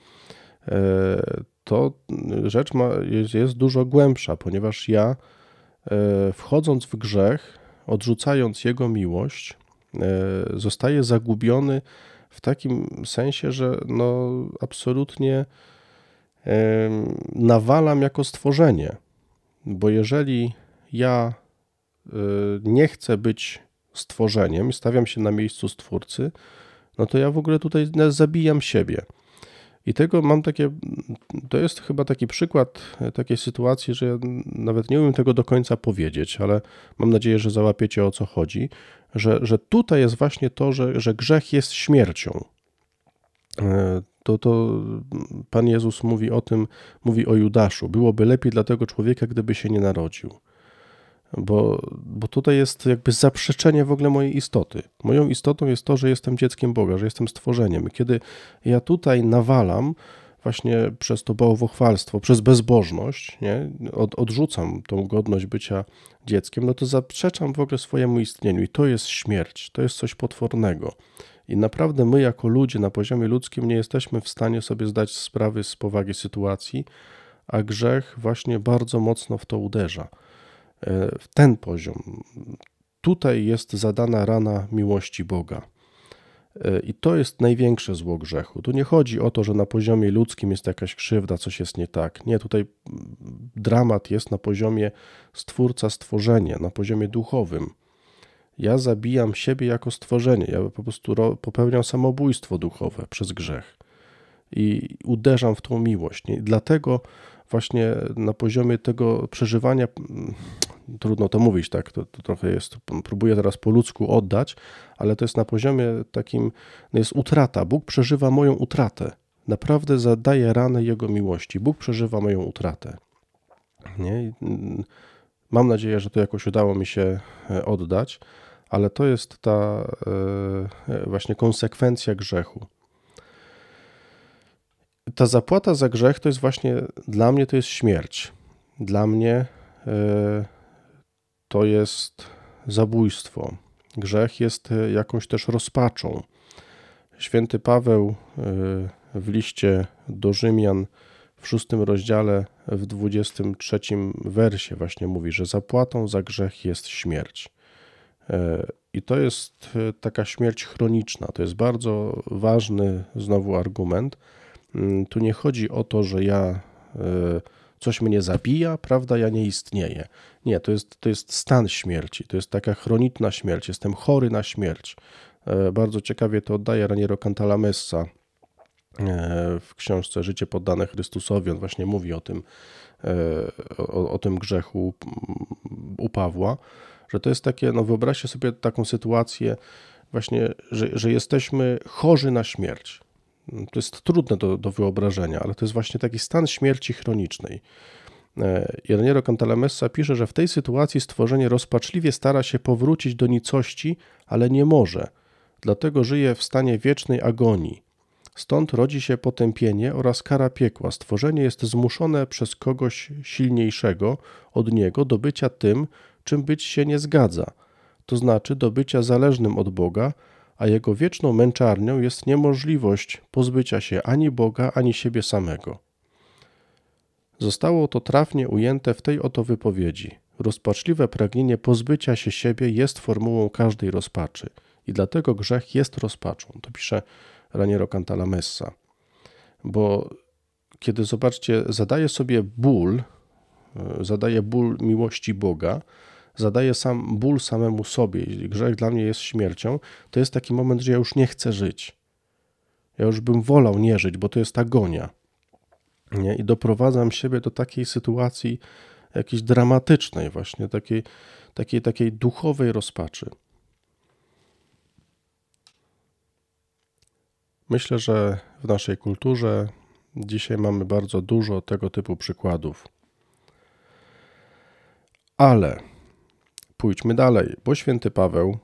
to rzecz ma, jest, jest dużo głębsza, ponieważ ja wchodząc w grzech, odrzucając Jego miłość, zostaję zagubiony w takim sensie, że no absolutnie nawalam jako stworzenie, bo jeżeli ja nie chcę być stworzeniem i stawiam się na miejscu Stwórcy, no to ja w ogóle tutaj zabijam siebie. I tego mam takie, to jest chyba taki przykład takiej sytuacji, że ja nawet nie umiem tego do końca powiedzieć, ale mam nadzieję, że załapiecie o co chodzi, że, że tutaj jest właśnie to, że, że grzech jest śmiercią. To, to Pan Jezus mówi o tym, mówi o Judaszu. Byłoby lepiej dla tego człowieka, gdyby się nie narodził. Bo, bo tutaj jest jakby zaprzeczenie w ogóle mojej istoty. Moją istotą jest to, że jestem dzieckiem Boga, że jestem stworzeniem. Kiedy ja tutaj nawalam właśnie przez to bałwochwalstwo, przez bezbożność, nie, Od, odrzucam tą godność bycia dzieckiem, no to zaprzeczam w ogóle swojemu istnieniu i to jest śmierć, to jest coś potwornego. I naprawdę my jako ludzie na poziomie ludzkim nie jesteśmy w stanie sobie zdać sprawy z powagi sytuacji, a grzech właśnie bardzo mocno w to uderza. W ten poziom. Tutaj jest zadana rana miłości Boga. I to jest największe zło grzechu. Tu nie chodzi o to, że na poziomie ludzkim jest jakaś krzywda, coś jest nie tak. Nie, tutaj dramat jest na poziomie stwórca stworzenia, na poziomie duchowym. Ja zabijam siebie jako stworzenie. Ja po prostu popełniam samobójstwo duchowe przez grzech. I uderzam w tą miłość. Nie? Dlatego właśnie na poziomie tego przeżywania, trudno to mówić, tak, to, to trochę jest, próbuję teraz po ludzku oddać, ale to jest na poziomie takim, no jest utrata. Bóg przeżywa moją utratę. Naprawdę zadaje ranę Jego miłości. Bóg przeżywa moją utratę. Nie? Mam nadzieję, że to jakoś udało mi się oddać, ale to jest ta właśnie konsekwencja grzechu. Ta zapłata za grzech to jest właśnie, dla mnie to jest śmierć. Dla mnie to jest zabójstwo. Grzech jest jakąś też rozpaczą. Święty Paweł w liście do Rzymian w szóstym rozdziale w dwudziestym trzecim wersie właśnie mówi, że zapłatą za grzech jest śmierć. I to jest taka śmierć chroniczna. To jest bardzo ważny znowu argument. Tu nie chodzi o to, że ja coś mnie zabija, prawda, ja nie istnieję. Nie, to jest, to jest stan śmierci, to jest taka chroniczna śmierć, jestem chory na śmierć. Bardzo ciekawie to oddaje Raniero Cantalamessa w książce Życie poddane Chrystusowi. On właśnie mówi o tym, o, o tym grzechu u Pawła, że to jest takie, no wyobraźcie sobie taką sytuację właśnie, że, że jesteśmy chorzy na śmierć. To jest trudne do, do wyobrażenia, ale to jest właśnie taki stan śmierci chronicznej. Raniero Cantalamessa pisze, że w tej sytuacji stworzenie rozpaczliwie stara się powrócić do nicości, ale nie może. Dlatego żyje w stanie wiecznej agonii. Stąd rodzi się potępienie oraz kara piekła. Stworzenie jest zmuszone przez kogoś silniejszego od niego do bycia tym, czym być się nie zgadza, to znaczy do bycia zależnym od Boga, a jego wieczną męczarnią jest niemożliwość pozbycia się ani Boga, ani siebie samego. Zostało to trafnie ujęte w tej oto wypowiedzi. Rozpaczliwe pragnienie pozbycia się siebie jest formułą każdej rozpaczy i dlatego grzech jest rozpaczą. To pisze Raniero Cantalamessa. Bo kiedy, zobaczcie, zadaje sobie ból, zadaje ból miłości Boga, zadaje sam ból samemu sobie. Jeśli grzech dla mnie jest śmiercią, to jest taki moment, że ja już nie chcę żyć. Ja już bym wolał nie żyć, bo to jest agonia. Nie? I doprowadzam siebie do takiej sytuacji jakiejś dramatycznej właśnie, takiej, takiej, takiej duchowej rozpaczy. Myślę, że w naszej kulturze dzisiaj mamy bardzo dużo tego typu przykładów. Ale pójdźmy dalej, bo święty Paweł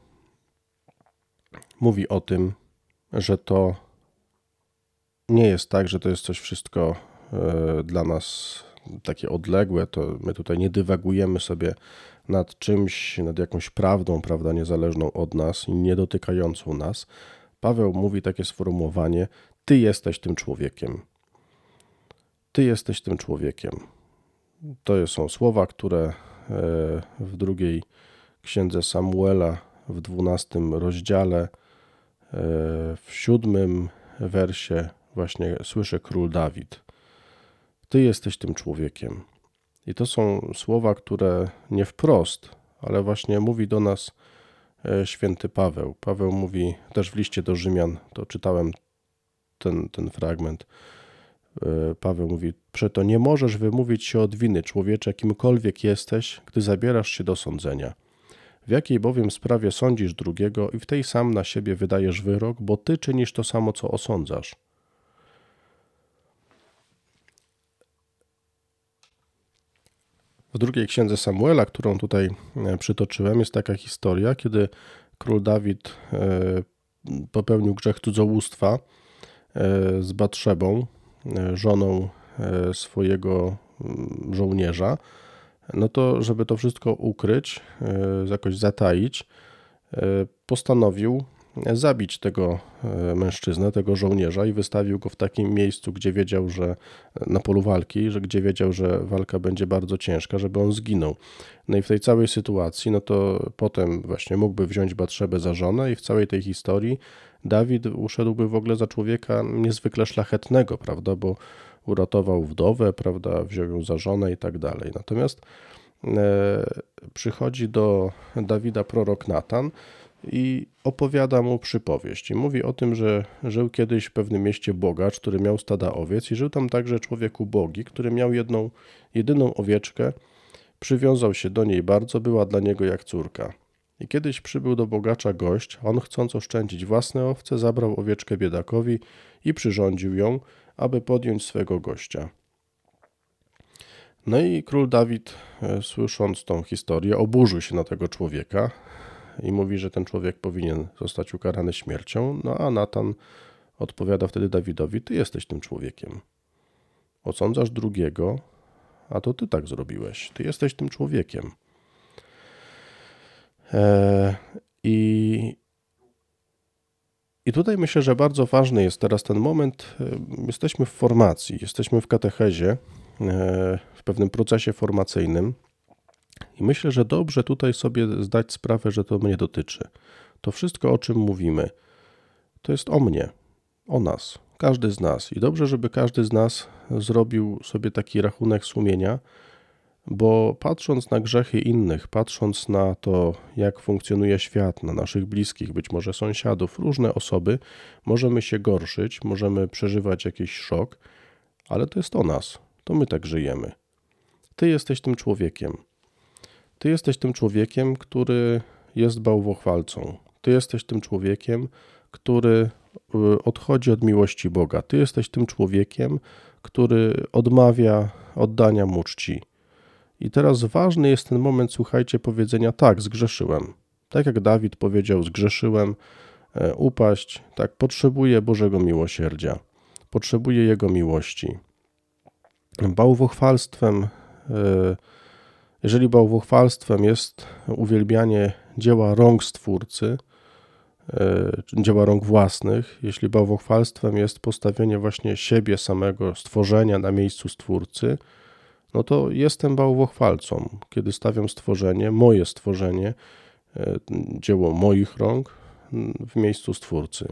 mówi o tym, że to nie jest tak, że to jest coś wszystko dla nas takie odległe, to my tutaj nie dywagujemy sobie nad czymś, nad jakąś prawdą, prawda, niezależną od nas i nie dotykającą nas. Paweł mówi takie sformułowanie: ty jesteś tym człowiekiem. Ty jesteś tym człowiekiem. To są słowa, które w drugiej księdze Samuela w dwunastym rozdziale w siódmym wersie właśnie słyszy król Dawid. Ty jesteś tym człowiekiem. I to są słowa, które nie wprost, ale właśnie mówi do nas święty Paweł. Paweł mówi też w liście do Rzymian, to czytałem ten, ten fragment. Paweł mówi: przeto nie możesz wymówić się od winy, człowiecze, kimkolwiek jesteś, gdy zabierasz się do sądzenia. W jakiej bowiem sprawie sądzisz drugiego i w tej sam na siebie wydajesz wyrok, bo ty czynisz to samo, co osądzasz. W drugiej księdze Samuela, którą tutaj przytoczyłem, jest taka historia, kiedy król Dawid popełnił grzech cudzołóstwa z Batszebą, żoną swojego żołnierza. No to, żeby to wszystko ukryć, jakoś zataić, postanowił zabić tego mężczyznę, tego żołnierza i wystawił go w takim miejscu, gdzie wiedział, że na polu walki, że gdzie wiedział, że walka będzie bardzo ciężka, żeby on zginął. No i w tej całej sytuacji, no to potem właśnie mógłby wziąć Batszebę za żonę i w całej tej historii Dawid uszedłby w ogóle za człowieka niezwykle szlachetnego, prawda, bo uratował wdowę, prawda, wziął ją za żonę i tak dalej. Natomiast e, przychodzi do Dawida prorok Natan i opowiada mu przypowieść. I mówi o tym, że żył kiedyś w pewnym mieście bogacz, który miał stada owiec i żył tam także człowiek ubogi, który miał jedną, jedyną owieczkę, przywiązał się do niej bardzo, była dla niego jak córka. I kiedyś przybył do bogacza gość, a on chcąc oszczędzić własne owce, zabrał owieczkę biedakowi i przyrządził ją, aby podjąć swego gościa. No i król Dawid, słysząc tą historię, oburzył się na tego człowieka i mówi, że ten człowiek powinien zostać ukarany śmiercią. No a Natan odpowiada wtedy Dawidowi: ty jesteś tym człowiekiem. Osądzasz drugiego, a to ty tak zrobiłeś. Ty jesteś tym człowiekiem. Eee, i, I tutaj myślę, że bardzo ważny jest teraz ten moment. Jesteśmy w formacji, jesteśmy w katechezie, w pewnym procesie formacyjnym i myślę, że dobrze tutaj sobie zdać sprawę, że to mnie dotyczy. To wszystko, o czym mówimy, to jest o mnie, o nas, każdy z nas. I dobrze, żeby każdy z nas zrobił sobie taki rachunek sumienia, bo patrząc na grzechy innych, patrząc na to, jak funkcjonuje świat, na naszych bliskich, być może sąsiadów, różne osoby, możemy się gorszyć, możemy przeżywać jakiś szok, ale to jest o nas, to my tak żyjemy. Ty jesteś tym człowiekiem. Ty jesteś tym człowiekiem, który jest bałwochwalcą. Ty jesteś tym człowiekiem, który odchodzi od miłości Boga. Ty jesteś tym człowiekiem, który odmawia oddania mu czci. I teraz ważny jest ten moment, słuchajcie, powiedzenia: tak, zgrzeszyłem. Tak jak Dawid powiedział: zgrzeszyłem, e, upaść, tak, potrzebuję Bożego miłosierdzia, potrzebuję Jego miłości. Bałwochwalstwem, e, jeżeli bałwochwalstwem jest uwielbianie dzieła rąk Stwórcy, e, dzieła rąk własnych, jeśli bałwochwalstwem jest postawienie właśnie siebie samego, stworzenia na miejscu Stwórcy, no to jestem bałwochwalcą, kiedy stawiam stworzenie, moje stworzenie, dzieło moich rąk w miejscu Stwórcy.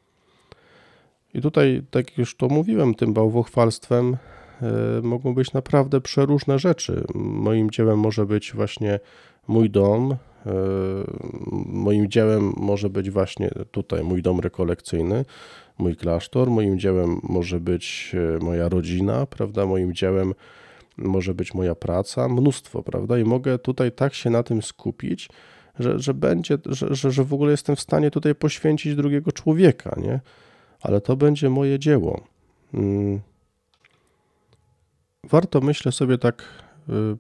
I tutaj, tak jak już to mówiłem, tym bałwochwalstwem mogą być naprawdę przeróżne rzeczy. Moim dziełem może być właśnie mój dom, moim dziełem może być właśnie tutaj mój dom rekolekcyjny, mój klasztor, moim dziełem może być moja rodzina, prawda, moim dziełem może być moja praca, mnóstwo, prawda? I mogę tutaj tak się na tym skupić, że, że będzie, że, że, że w ogóle jestem w stanie tutaj poświęcić drugiego człowieka, nie? Ale to będzie moje dzieło. Hmm. Warto, myślę sobie, tak y,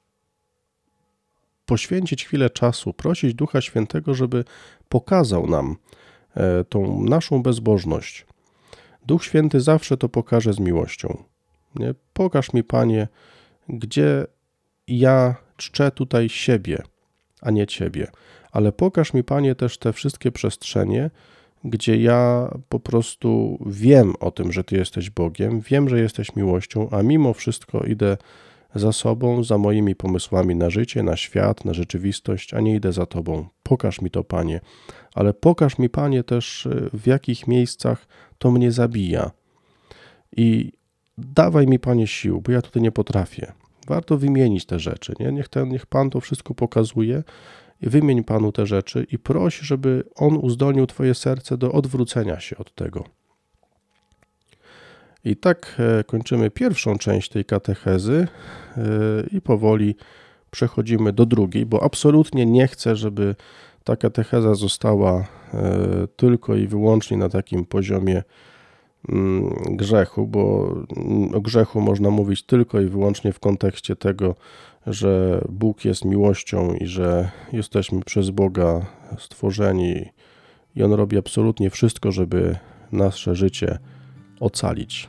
poświęcić chwilę czasu, prosić Ducha Świętego, żeby pokazał nam y, tą naszą bezbożność. Duch Święty zawsze to pokaże z miłością. Nie? Pokaż mi, Panie, gdzie ja czczę tutaj siebie, a nie Ciebie. Ale pokaż mi, Panie, też te wszystkie przestrzenie, gdzie ja po prostu wiem o tym, że Ty jesteś Bogiem, wiem, że jesteś miłością, a mimo wszystko idę za sobą, za moimi pomysłami na życie, na świat, na rzeczywistość, a nie idę za Tobą. Pokaż mi to, Panie. Ale pokaż mi, Panie, też w jakich miejscach to mnie zabija. I dawaj mi, Panie, sił, bo ja tutaj nie potrafię. Warto wymienić te rzeczy, nie? Niech, ten, niech Pan to wszystko pokazuje i wymień Panu te rzeczy i proś, żeby On uzdolnił Twoje serce do odwrócenia się od tego. I tak kończymy pierwszą część tej katechezy i powoli przechodzimy do drugiej, bo absolutnie nie chcę, żeby ta katecheza została tylko i wyłącznie na takim poziomie grzechu, bo o grzechu można mówić tylko i wyłącznie w kontekście tego, że Bóg jest miłością i że jesteśmy przez Boga stworzeni i On robi absolutnie wszystko, żeby nasze życie ocalić.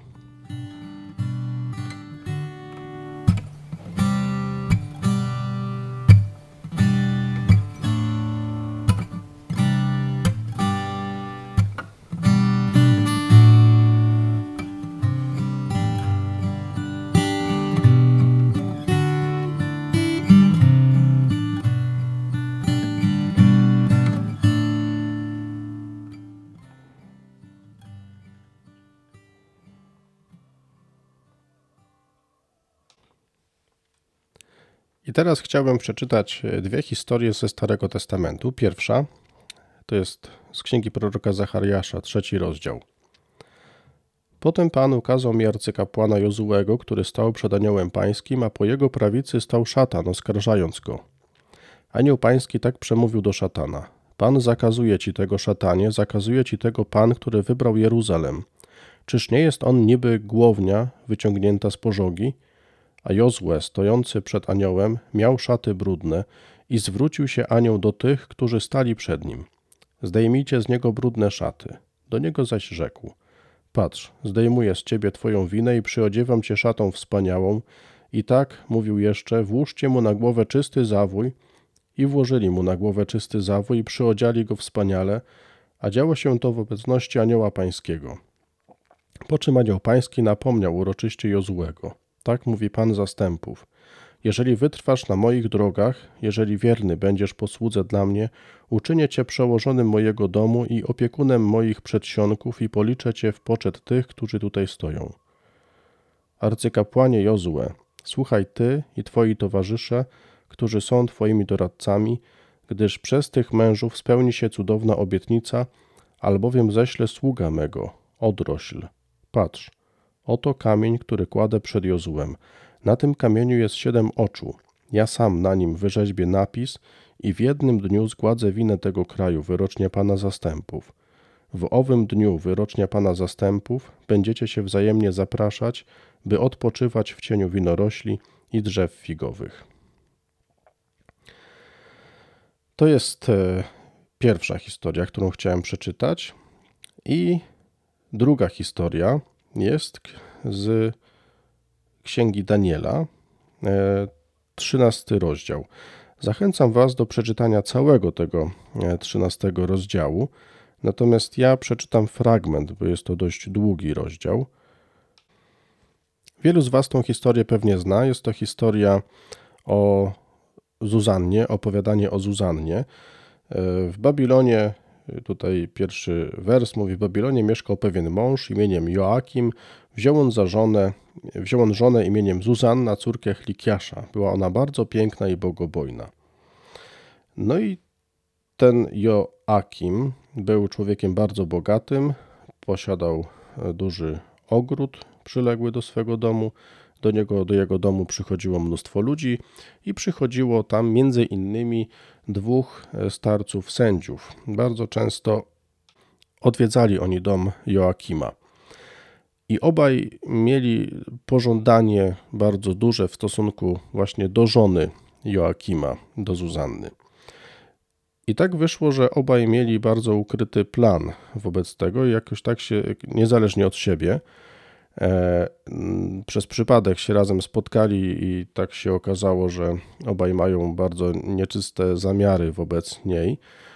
I teraz chciałbym przeczytać dwie historie ze Starego Testamentu. Pierwsza to jest z księgi proroka Zachariasza, trzeci rozdział. Potem Pan ukazał mi arcykapłana Jozułego, który stał przed aniołem pańskim, a po jego prawicy stał szatan, oskarżając go. Anioł pański tak przemówił do szatana: Pan zakazuje ci tego, szatanie, zakazuje ci tego Pan, który wybrał Jeruzalem. Czyż nie jest on niby głownia wyciągnięta z pożogi? A Jozue, stojący przed aniołem, miał szaty brudne i zwrócił się anioł do tych, którzy stali przed nim. Zdejmijcie z niego brudne szaty. Do niego zaś rzekł: Patrz, zdejmuję z ciebie twoją winę i przyodziewam cię szatą wspaniałą. I tak, mówił jeszcze, włóżcie mu na głowę czysty zawój. I włożyli mu na głowę czysty zawój i przyodziali go wspaniale, A działo się to w obecności anioła pańskiego. Po czym anioł pański napomniał uroczyście Jozułego. Tak mówi Pan zastępów. Jeżeli wytrwasz na moich drogach, jeżeli wierny będziesz posłudze dla mnie, uczynię cię przełożonym mojego domu i opiekunem moich przedsionków i policzę cię w poczet tych, którzy tutaj stoją. Arcykapłanie Jozue, słuchaj ty i twoi towarzysze, którzy są twoimi doradcami, gdyż przez tych mężów spełni się cudowna obietnica, albowiem ześlę sługa mego, odrośl. Patrz, oto kamień, który kładę przed Jozułem. Na tym kamieniu jest siedem oczu. Ja sam na nim wyrzeźbię napis i w jednym dniu zgładzę winę tego kraju, wyrocznie Pana zastępów. W owym dniu, wyrocznia Pana zastępów, będziecie się wzajemnie zapraszać, by odpoczywać w cieniu winorośli i drzew figowych. To jest e, pierwsza historia, którą chciałem przeczytać. I druga historia jest z Księgi Daniela, e, trzynasty rozdział. Zachęcam Was do przeczytania całego tego trzynastego rozdziału, natomiast ja przeczytam fragment, bo jest to dość długi rozdział. Wielu z Was tą historię pewnie zna. Jest to historia o Zuzannie, opowiadanie o Zuzannie. W Babilonie, tutaj pierwszy wers mówi, w Babilonie mieszkał pewien mąż imieniem Joakim. Wziął on za żonę, wziął on żonę imieniem Zuzanna, córkę Chlikiasza. Była ona bardzo piękna i bogobojna. No i ten Joakim był człowiekiem bardzo bogatym, posiadał duży ogród przyległy do swego domu. Do niego, do jego domu przychodziło mnóstwo ludzi i przychodziło tam między innymi dwóch starców sędziów. Bardzo często odwiedzali oni dom Joakima. I obaj mieli pożądanie bardzo duże w stosunku właśnie do żony Joakima, do Zuzanny. I tak wyszło, że obaj mieli bardzo ukryty plan wobec tego i jakoś tak się, niezależnie od siebie, e, przez przypadek się razem spotkali i tak się okazało, że obaj mają bardzo nieczyste zamiary wobec niej.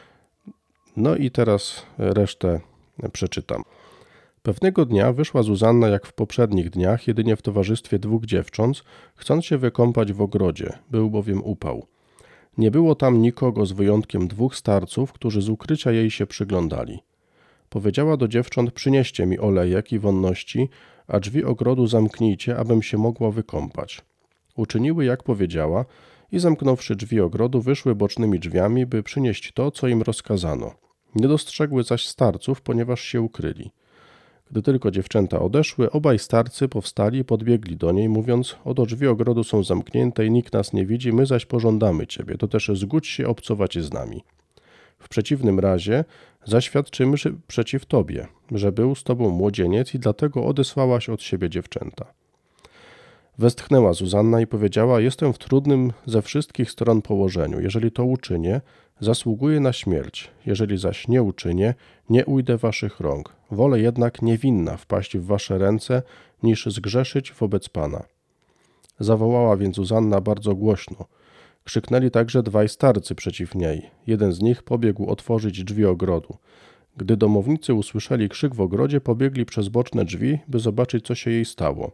No i teraz resztę przeczytam. Pewnego dnia wyszła Zuzanna jak w poprzednich dniach, jedynie w towarzystwie dwóch dziewcząt, chcąc się wykąpać w ogrodzie, był bowiem upał. Nie było tam nikogo z wyjątkiem dwóch starców, którzy z ukrycia jej się przyglądali. Powiedziała do dziewcząt, przynieście mi olejek i wonności, a drzwi ogrodu zamknijcie, abym się mogła wykąpać. Uczyniły jak powiedziała i zamknąwszy drzwi ogrodu, wyszły bocznymi drzwiami, by przynieść to, co im rozkazano. Nie dostrzegły zaś starców, ponieważ się ukryli. Gdy tylko dziewczęta odeszły, obaj starcy powstali i podbiegli do niej, mówiąc, oto drzwi ogrodu są zamknięte i nikt nas nie widzi, my zaś pożądamy ciebie, to też zgódź się obcować z nami. W przeciwnym razie zaświadczymy przeciw tobie, że był z tobą młodzieniec i dlatego odesłałaś od siebie dziewczęta. Westchnęła Zuzanna i powiedziała, jestem w trudnym ze wszystkich stron położeniu. Jeżeli to uczynię, zasługuję na śmierć. Jeżeli zaś nie uczynię, nie ujdę waszych rąk. Wolę jednak niewinna wpaść w wasze ręce, niż zgrzeszyć wobec Pana. Zawołała więc Zuzanna bardzo głośno. Krzyknęli także dwaj starcy przeciw niej. Jeden z nich pobiegł otworzyć drzwi ogrodu. Gdy domownicy usłyszeli krzyk w ogrodzie, pobiegli przez boczne drzwi, by zobaczyć, co się jej stało.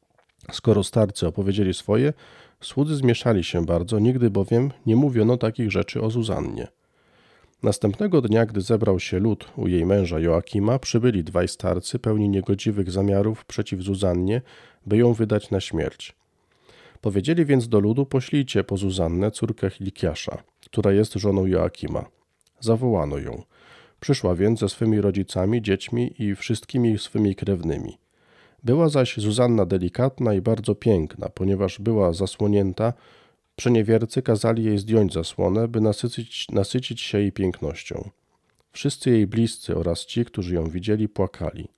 Skoro starcy opowiedzieli swoje, słudzy zmieszali się bardzo, nigdy bowiem nie mówiono takich rzeczy o Zuzannie. Następnego dnia, gdy zebrał się lud u jej męża Joakima, przybyli dwaj starcy pełni niegodziwych zamiarów przeciw Zuzannie, by ją wydać na śmierć. Powiedzieli więc do ludu, poślijcie po Zuzannę, córkę Chlikiasza, która jest żoną Joakima. Zawołano ją. Przyszła więc ze swymi rodzicami, dziećmi i wszystkimi swymi krewnymi. Była zaś Zuzanna delikatna i bardzo piękna, ponieważ była zasłonięta, przeniewiercy kazali jej zdjąć zasłonę, by nasycić, nasycić się jej pięknością. Wszyscy jej bliscy oraz ci, którzy ją widzieli, płakali.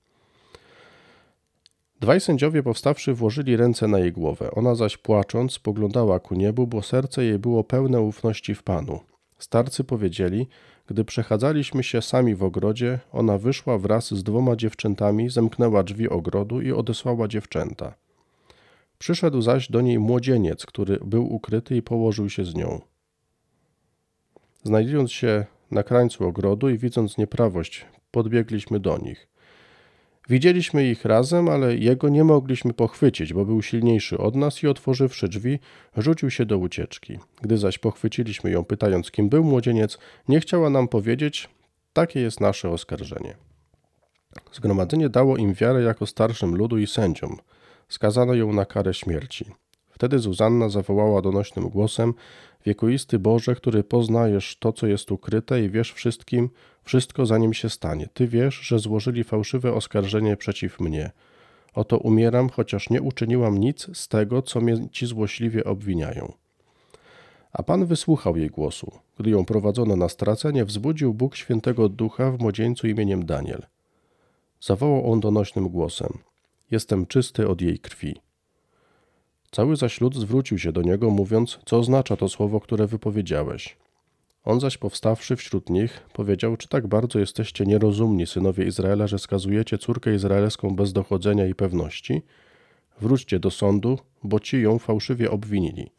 Dwaj sędziowie powstawszy włożyli ręce na jej głowę. Ona zaś płacząc spoglądała ku niebu, bo serce jej było pełne ufności w Panu. Starcy powiedzieli, gdy przechadzaliśmy się sami w ogrodzie, ona wyszła wraz z dwoma dziewczętami, zamknęła drzwi ogrodu i odesłała dziewczęta. Przyszedł zaś do niej młodzieniec, który był ukryty i położył się z nią. Znajdując się na krańcu ogrodu i widząc nieprawość, podbiegliśmy do nich. Widzieliśmy ich razem, ale jego nie mogliśmy pochwycić, bo był silniejszy od nas i otworzywszy drzwi, rzucił się do ucieczki. Gdy zaś pochwyciliśmy ją, pytając, kim był młodzieniec, nie chciała nam powiedzieć, takie jest nasze oskarżenie. Zgromadzenie dało im wiarę jako starszym ludu i sędziom. Skazano ją na karę śmierci. Wtedy Zuzanna zawołała donośnym głosem: Wiekuisty Boże, który poznajesz to, co jest ukryte i wiesz wszystkim, wszystko zanim się stanie. Ty wiesz, że złożyli fałszywe oskarżenie przeciw mnie. Oto umieram, chociaż nie uczyniłam nic z tego, co mnie ci złośliwie obwiniają. A Pan wysłuchał jej głosu. Gdy ją prowadzono na stracenie, wzbudził Bóg Świętego Ducha w młodzieńcu imieniem Daniel. Zawołał on donośnym głosem: Jestem czysty od jej krwi. Cały zaś lud zwrócił się do niego, mówiąc, co oznacza to słowo, które wypowiedziałeś. On zaś powstawszy wśród nich, powiedział, czy tak bardzo jesteście nierozumni, synowie Izraela, że skazujecie córkę izraelską bez dochodzenia i pewności? Wróćcie do sądu, bo ci ją fałszywie obwinili.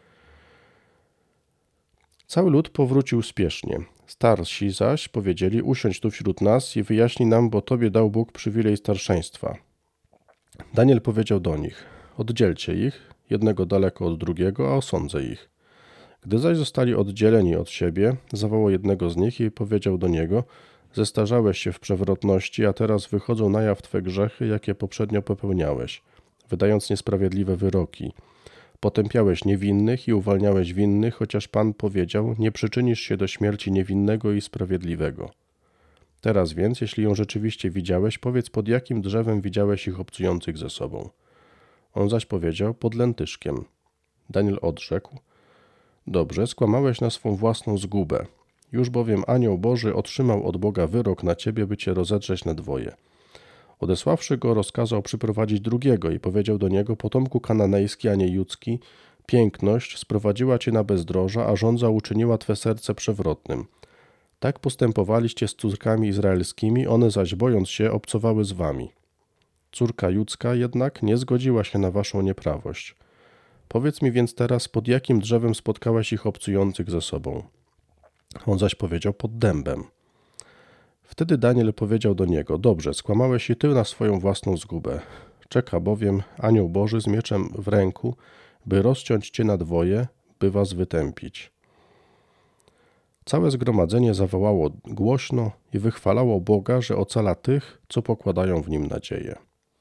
Cały lud powrócił spiesznie. Starsi zaś powiedzieli, usiądź tu wśród nas i wyjaśnij nam, bo tobie dał Bóg przywilej starszeństwa. Daniel powiedział do nich, oddzielcie ich, jednego daleko od drugiego, a osądzę ich. Gdy zaś zostali oddzieleni od siebie, zawołał jednego z nich i powiedział do niego, zestarzałeś się w przewrotności, a teraz wychodzą na jaw twe grzechy, jakie poprzednio popełniałeś, wydając niesprawiedliwe wyroki. Potępiałeś niewinnych i uwalniałeś winnych, chociaż Pan powiedział, nie przyczynisz się do śmierci niewinnego i sprawiedliwego. Teraz więc, jeśli ją rzeczywiście widziałeś, powiedz, pod jakim drzewem widziałeś ich obcujących ze sobą. On zaś powiedział, pod lętyszkiem. Daniel odrzekł, dobrze, skłamałeś na swą własną zgubę. Już bowiem anioł Boży otrzymał od Boga wyrok na ciebie, by cię rozedrzeć na dwoje. Odesławszy go, rozkazał przyprowadzić drugiego i powiedział do niego, potomku kananejski, a nie judzki, piękność sprowadziła cię na bezdroża, a żądza uczyniła twe serce przewrotnym. Tak postępowaliście z córkami izraelskimi, one zaś bojąc się obcowały z wami. Córka judzka jednak nie zgodziła się na waszą nieprawość. Powiedz mi więc teraz, pod jakim drzewem spotkałaś ich obcujących ze sobą? On zaś powiedział, pod dębem. Wtedy Daniel powiedział do niego, dobrze, skłamałeś i ty na swoją własną zgubę. Czeka bowiem anioł Boży z mieczem w ręku, by rozciąć cię na dwoje, by was wytępić. Całe zgromadzenie zawołało głośno i wychwalało Boga, że ocala tych, co pokładają w Nim nadzieję.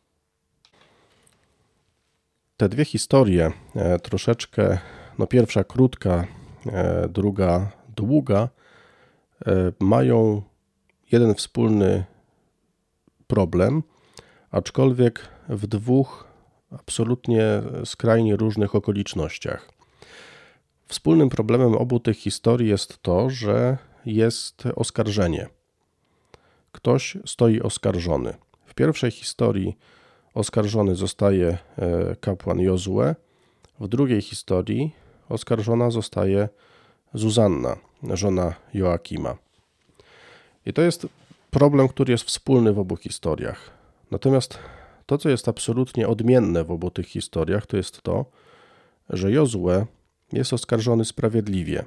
Te dwie historie, e, troszeczkę, no pierwsza krótka, e, druga długa, e, mają jeden wspólny problem, aczkolwiek w dwóch absolutnie skrajnie różnych okolicznościach. Wspólnym problemem obu tych historii jest to, że jest oskarżenie. Ktoś stoi oskarżony. W pierwszej historii oskarżony zostaje kapłan Jozue, w drugiej historii oskarżona zostaje Zuzanna, żona Joakima. I to jest problem, który jest wspólny w obu historiach. Natomiast to, co jest absolutnie odmienne w obu tych historiach, to jest to, że Jozue jest oskarżony sprawiedliwie.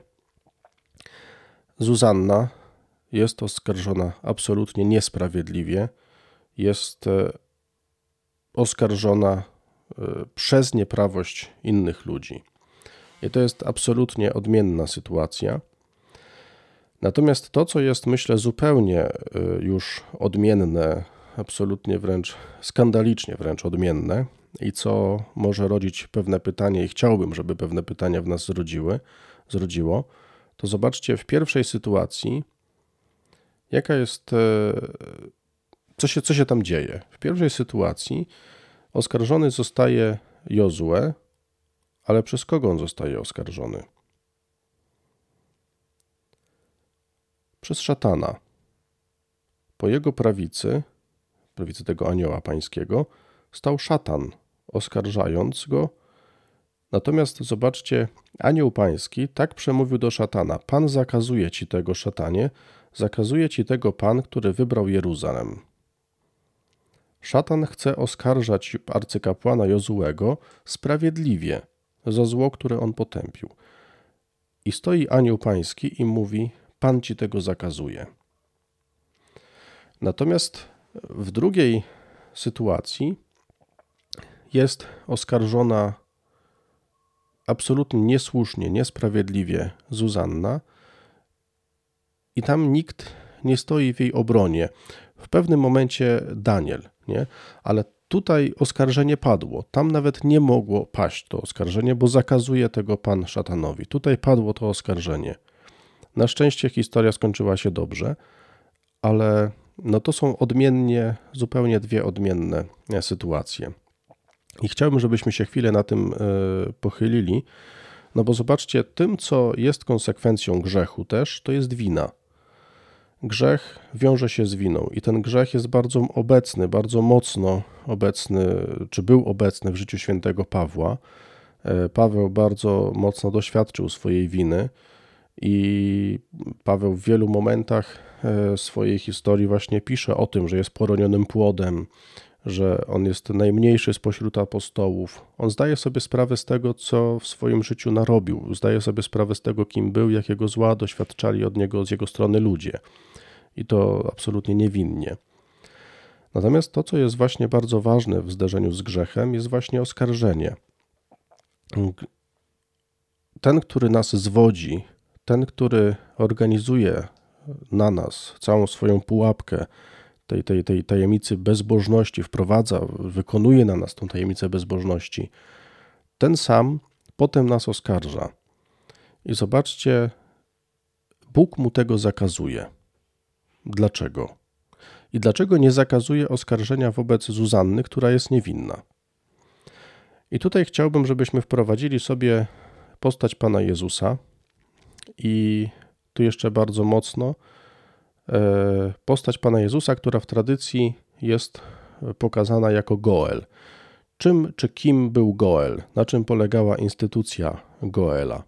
Zuzanna jest oskarżona absolutnie niesprawiedliwie, jest oskarżona przez nieprawość innych ludzi. I to jest absolutnie odmienna sytuacja. Natomiast to, co jest, myślę, zupełnie już odmienne, absolutnie wręcz skandalicznie wręcz odmienne i co może rodzić pewne pytanie i chciałbym, żeby pewne pytania w nas zrodziły, zrodziło, to zobaczcie w pierwszej sytuacji, jaka jest, co się, co się tam dzieje. W pierwszej sytuacji oskarżony zostaje Jozue, ale przez kogo on zostaje oskarżony? Przez szatana. Po jego prawicy, prawicy tego anioła pańskiego, stał szatan, oskarżając go. Natomiast zobaczcie, anioł pański tak przemówił do szatana. Pan zakazuje ci tego, szatanie, zakazuje ci tego Pan, który wybrał Jeruzalem. Szatan chce oskarżać arcykapłana Jozuego sprawiedliwie za zło, które on potępił. I stoi anioł pański i mówi, Pan ci tego zakazuje. Natomiast w drugiej sytuacji jest oskarżona absolutnie niesłusznie, niesprawiedliwie Zuzanna i tam nikt nie stoi w jej obronie. W pewnym momencie Daniel, nie? Ale tutaj oskarżenie padło. Tam nawet nie mogło paść to oskarżenie, bo zakazuje tego Pan szatanowi. Tutaj padło to oskarżenie. Na szczęście historia skończyła się dobrze, ale no to są odmiennie, zupełnie dwie odmienne sytuacje. I chciałbym, żebyśmy się chwilę na tym pochylili, no bo zobaczcie, tym, co jest konsekwencją grzechu też, to jest wina. Grzech wiąże się z winą i ten grzech jest bardzo obecny, bardzo mocno obecny, czy był obecny w życiu świętego Pawła. Paweł bardzo mocno doświadczył swojej winy i Paweł w wielu momentach swojej historii właśnie pisze o tym, że jest poronionym płodem, że on jest najmniejszy spośród apostołów. On zdaje sobie sprawę z tego, co w swoim życiu narobił. Zdaje sobie sprawę z tego, kim był, jakiego zła doświadczali od niego, z jego strony ludzie. I to absolutnie niewinnie. Natomiast to, co jest właśnie bardzo ważne w zderzeniu z grzechem, jest właśnie oskarżenie. Ten, który nas zwodzi, ten, który organizuje na nas całą swoją pułapkę tej, tej, tej tajemnicy bezbożności, wprowadza, wykonuje na nas tą tajemnicę bezbożności, ten sam potem nas oskarża. I zobaczcie, Bóg mu tego zakazuje. Dlaczego? I dlaczego nie zakazuje oskarżenia wobec Zuzanny, która jest niewinna? I tutaj chciałbym, żebyśmy wprowadzili sobie postać Pana Jezusa i tu jeszcze bardzo mocno postać Pana Jezusa, która w tradycji jest pokazana jako Goel. Czym czy kim był Goel? Na czym polegała instytucja Goela?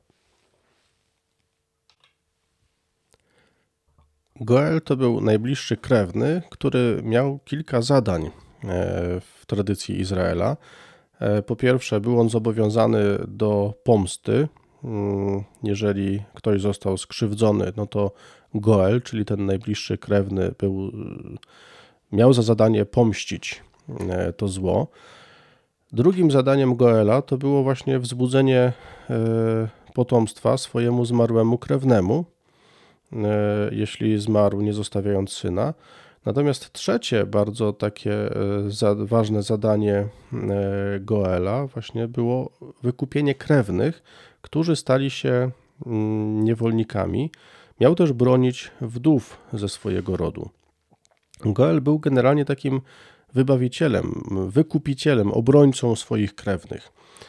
Goel to był najbliższy krewny, który miał kilka zadań w tradycji Izraela. Po pierwsze, był on zobowiązany do pomsty. Jeżeli ktoś został skrzywdzony, no to Goel, czyli ten najbliższy krewny, był, miał za zadanie pomścić to zło. Drugim zadaniem Goela to było właśnie wzbudzenie potomstwa swojemu zmarłemu krewnemu, jeśli zmarł, nie zostawiając syna. Natomiast trzecie, bardzo takie ważne zadanie Goela właśnie było wykupienie krewnych, którzy stali się niewolnikami. Miał też bronić wdów ze swojego rodu. Goel był generalnie takim wybawicielem, wykupicielem, obrońcą swoich krewnych.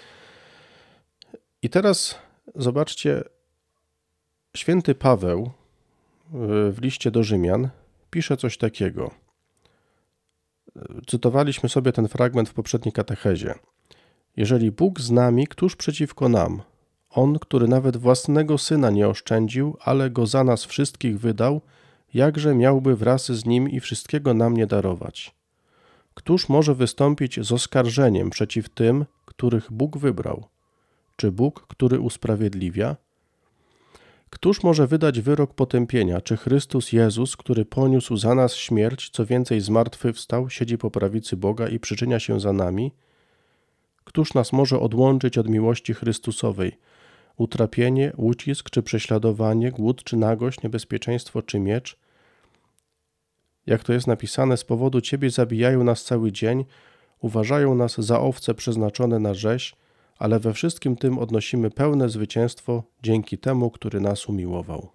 I teraz zobaczcie, święty Paweł w liście do Rzymian pisze coś takiego. Cytowaliśmy sobie ten fragment w poprzedniej katechezie. Jeżeli Bóg z nami, któż przeciwko nam? On, który nawet własnego Syna nie oszczędził, ale Go za nas wszystkich wydał, jakże miałby wraz z Nim i wszystkiego nam nie darować? Któż może wystąpić z oskarżeniem przeciw tym, których Bóg wybrał? Czy Bóg, który usprawiedliwia? Któż może wydać wyrok potępienia? Czy Chrystus Jezus, który poniósł za nas śmierć, co więcej zmartwychwstał, siedzi po prawicy Boga i przyczynia się za nami? Któż nas może odłączyć od miłości Chrystusowej? Utrapienie, ucisk czy prześladowanie, głód czy nagość, niebezpieczeństwo czy miecz? Jak to jest napisane, z powodu Ciebie zabijają nas cały dzień, uważają nas za owce przeznaczone na rzeź, ale we wszystkim tym odnosimy pełne zwycięstwo dzięki temu, który nas umiłował.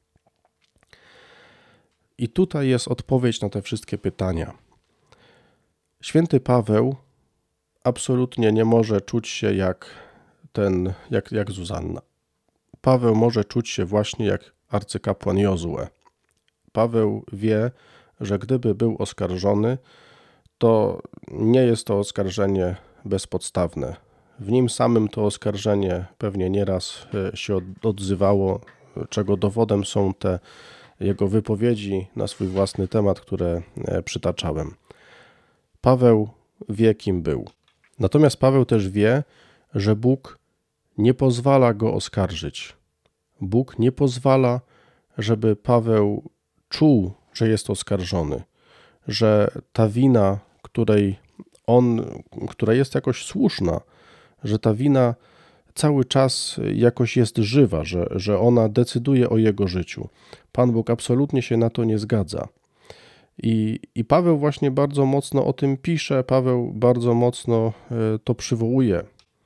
I tutaj jest odpowiedź na te wszystkie pytania. Święty Paweł absolutnie nie może czuć się jak ten, jak, jak Zuzanna. Paweł może czuć się właśnie jak arcykapłan Jozue. Paweł wie, że gdyby był oskarżony, to nie jest to oskarżenie bezpodstawne. W nim samym to oskarżenie pewnie nieraz się odzywało, czego dowodem są te jego wypowiedzi na swój własny temat, które przytaczałem. Paweł wie, kim był. Natomiast Paweł też wie, że Bóg nie pozwala go oskarżyć. Bóg nie pozwala, żeby Paweł czuł, że jest oskarżony, że ta wina, której on, która jest jakoś słuszna, że ta wina cały czas jakoś jest żywa, że, że ona decyduje o jego życiu. Pan Bóg absolutnie się na to nie zgadza. I, I Paweł właśnie bardzo mocno o tym pisze, Paweł bardzo mocno to przywołuje.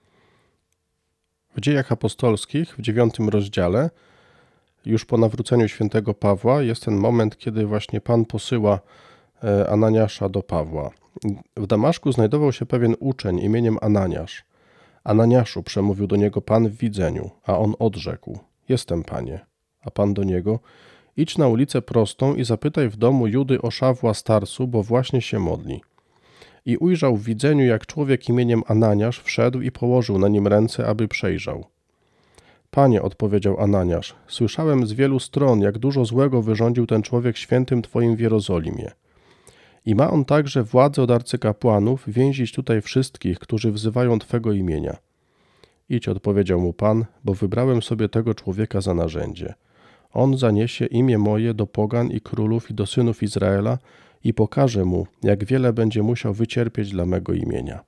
W Dziejach Apostolskich, w dziewiątym rozdziale, już po nawróceniu świętego Pawła, jest ten moment, kiedy właśnie Pan posyła Ananiasza do Pawła. W Damaszku znajdował się pewien uczeń imieniem Ananiasz. Ananiaszu, przemówił do niego Pan w widzeniu, a on odrzekł: Jestem, Panie. A Pan do niego: Idź na ulicę prostą i zapytaj w domu Judy o Szawła z Tarsu, bo właśnie się modli. I ujrzał w widzeniu, jak człowiek imieniem Ananiasz wszedł i położył na nim ręce, aby przejrzał. Panie, odpowiedział Ananiasz, słyszałem z wielu stron, jak dużo złego wyrządził ten człowiek świętym Twoim w Jerozolimie. I ma on także władzę od arcykapłanów więzić tutaj wszystkich, którzy wzywają Twego imienia. Idź, odpowiedział mu Pan, bo wybrałem sobie tego człowieka za narzędzie. On zaniesie imię moje do pogan i królów i do synów Izraela i pokaże mu, jak wiele będzie musiał wycierpieć dla mego imienia.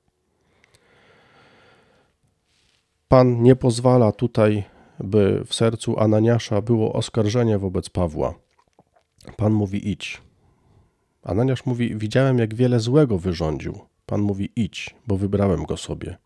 Pan nie pozwala tutaj, by w sercu Ananiasza było oskarżenie wobec Pawła. Pan mówi: idź. Ananiasz mówi: widziałem, jak wiele złego wyrządził. Pan mówi: idź, bo wybrałem go sobie.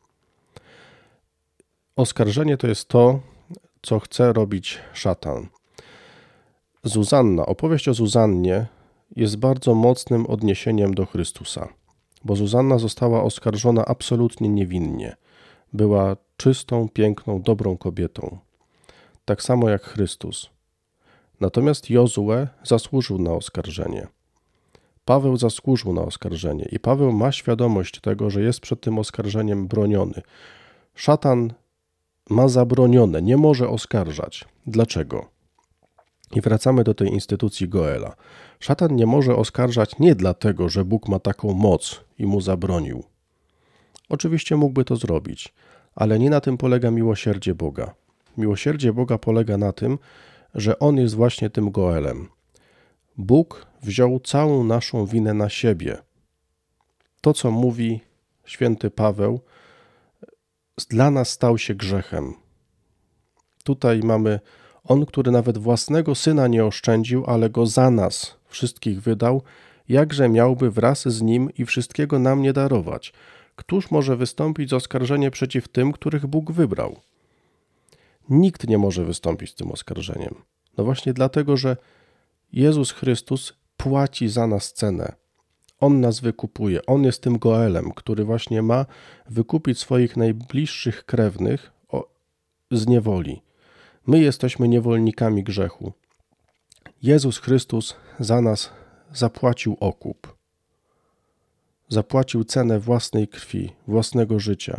Oskarżenie to jest to, co chce robić szatan. Zuzanna, opowieść o Zuzannie jest bardzo mocnym odniesieniem do Chrystusa, bo Zuzanna została oskarżona absolutnie niewinnie. Była czystą, piękną, dobrą kobietą. Tak samo jak Chrystus. Natomiast Jozue zasłużył na oskarżenie. Paweł zasłużył na oskarżenie i Paweł ma świadomość tego, że jest przed tym oskarżeniem broniony. Szatan ma zabronione, nie może oskarżać. Dlaczego? I wracamy do tej instytucji Goela. Szatan nie może oskarżać nie dlatego, że Bóg ma taką moc i mu zabronił. Oczywiście mógłby to zrobić, ale nie na tym polega miłosierdzie Boga. Miłosierdzie Boga polega na tym, że On jest właśnie tym Goelem. Bóg wziął całą naszą winę na siebie. To, co mówi święty Paweł, dla nas stał się grzechem. Tutaj mamy On, który nawet własnego Syna nie oszczędził, ale Go za nas wszystkich wydał, jakże miałby wraz z Nim i wszystkiego nam nie darować. Któż może wystąpić z oskarżeniem przeciw tym, których Bóg wybrał? Nikt nie może wystąpić z tym oskarżeniem. No właśnie dlatego, że Jezus Chrystus płaci za nas cenę. On nas wykupuje. On jest tym Goelem, który właśnie ma wykupić swoich najbliższych krewnych z niewoli. My jesteśmy niewolnikami grzechu. Jezus Chrystus za nas zapłacił okup. Zapłacił cenę własnej krwi, własnego życia.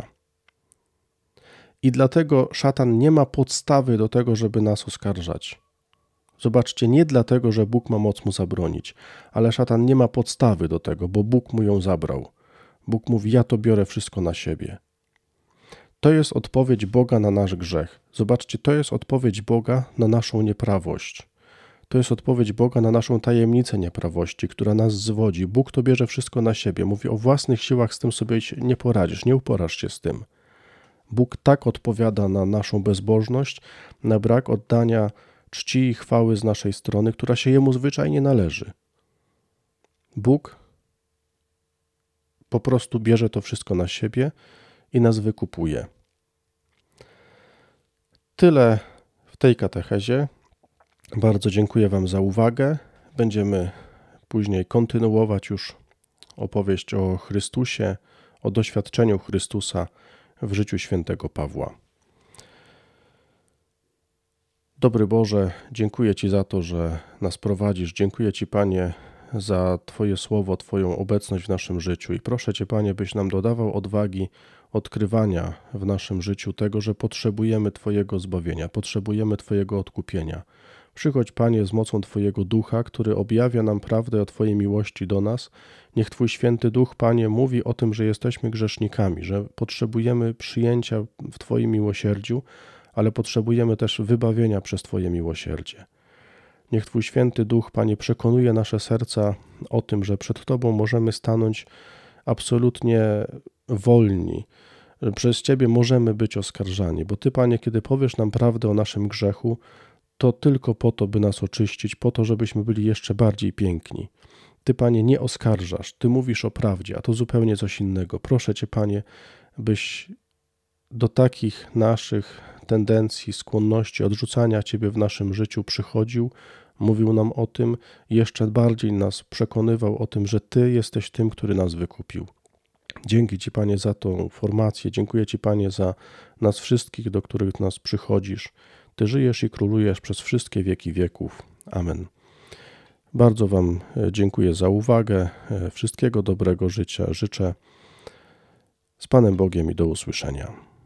I dlatego szatan nie ma podstawy do tego, żeby nas oskarżać. Zobaczcie, nie dlatego, że Bóg ma moc mu zabronić, ale szatan nie ma podstawy do tego, bo Bóg mu ją zabrał. Bóg mówi: ja to biorę wszystko na siebie. To jest odpowiedź Boga na nasz grzech. Zobaczcie, to jest odpowiedź Boga na naszą nieprawość. To jest odpowiedź Boga na naszą tajemnicę nieprawości, która nas zwodzi. Bóg to bierze wszystko na siebie. Mówi: o własnych siłach z tym sobie nie poradzisz, nie uporasz się z tym. Bóg tak odpowiada na naszą bezbożność, na brak oddania czci i chwały z naszej strony, która się Jemu zwyczajnie należy. Bóg po prostu bierze to wszystko na siebie i nas wykupuje. Tyle w tej katechezie. Bardzo dziękuję Wam za uwagę. Będziemy później kontynuować już opowieść o Chrystusie, o doświadczeniu Chrystusa w życiu świętego Pawła. Dobry Boże, dziękuję Ci za to, że nas prowadzisz. Dziękuję Ci, Panie, za Twoje słowo, Twoją obecność w naszym życiu i proszę Cię, Panie, byś nam dodawał odwagi odkrywania w naszym życiu tego, że potrzebujemy Twojego zbawienia, potrzebujemy Twojego odkupienia. Przychodź, Panie, z mocą Twojego Ducha, który objawia nam prawdę o Twojej miłości do nas. Niech Twój Święty Duch, Panie, mówi o tym, że jesteśmy grzesznikami, że potrzebujemy przyjęcia w Twoim miłosierdziu, ale potrzebujemy też wybawienia przez Twoje miłosierdzie. Niech Twój Święty Duch, Panie, przekonuje nasze serca o tym, że przed Tobą możemy stanąć absolutnie wolni. Przez Ciebie możemy być oskarżani, bo Ty, Panie, kiedy powiesz nam prawdę o naszym grzechu, to tylko po to, by nas oczyścić, po to, żebyśmy byli jeszcze bardziej piękni. Ty, Panie, nie oskarżasz, Ty mówisz o prawdzie, a to zupełnie coś innego. Proszę Cię, Panie, byś do takich naszych tendencji, skłonności odrzucania Ciebie w naszym życiu przychodził, mówił nam o tym i jeszcze bardziej nas przekonywał o tym, że Ty jesteś tym, który nas wykupił. Dzięki Ci, Panie, za tą formację. Dziękuję Ci, Panie, za nas wszystkich, do których nas przychodzisz. Ty żyjesz i królujesz przez wszystkie wieki wieków. Amen. Bardzo Wam dziękuję za uwagę. Wszystkiego dobrego życia życzę. Z Panem Bogiem i do usłyszenia.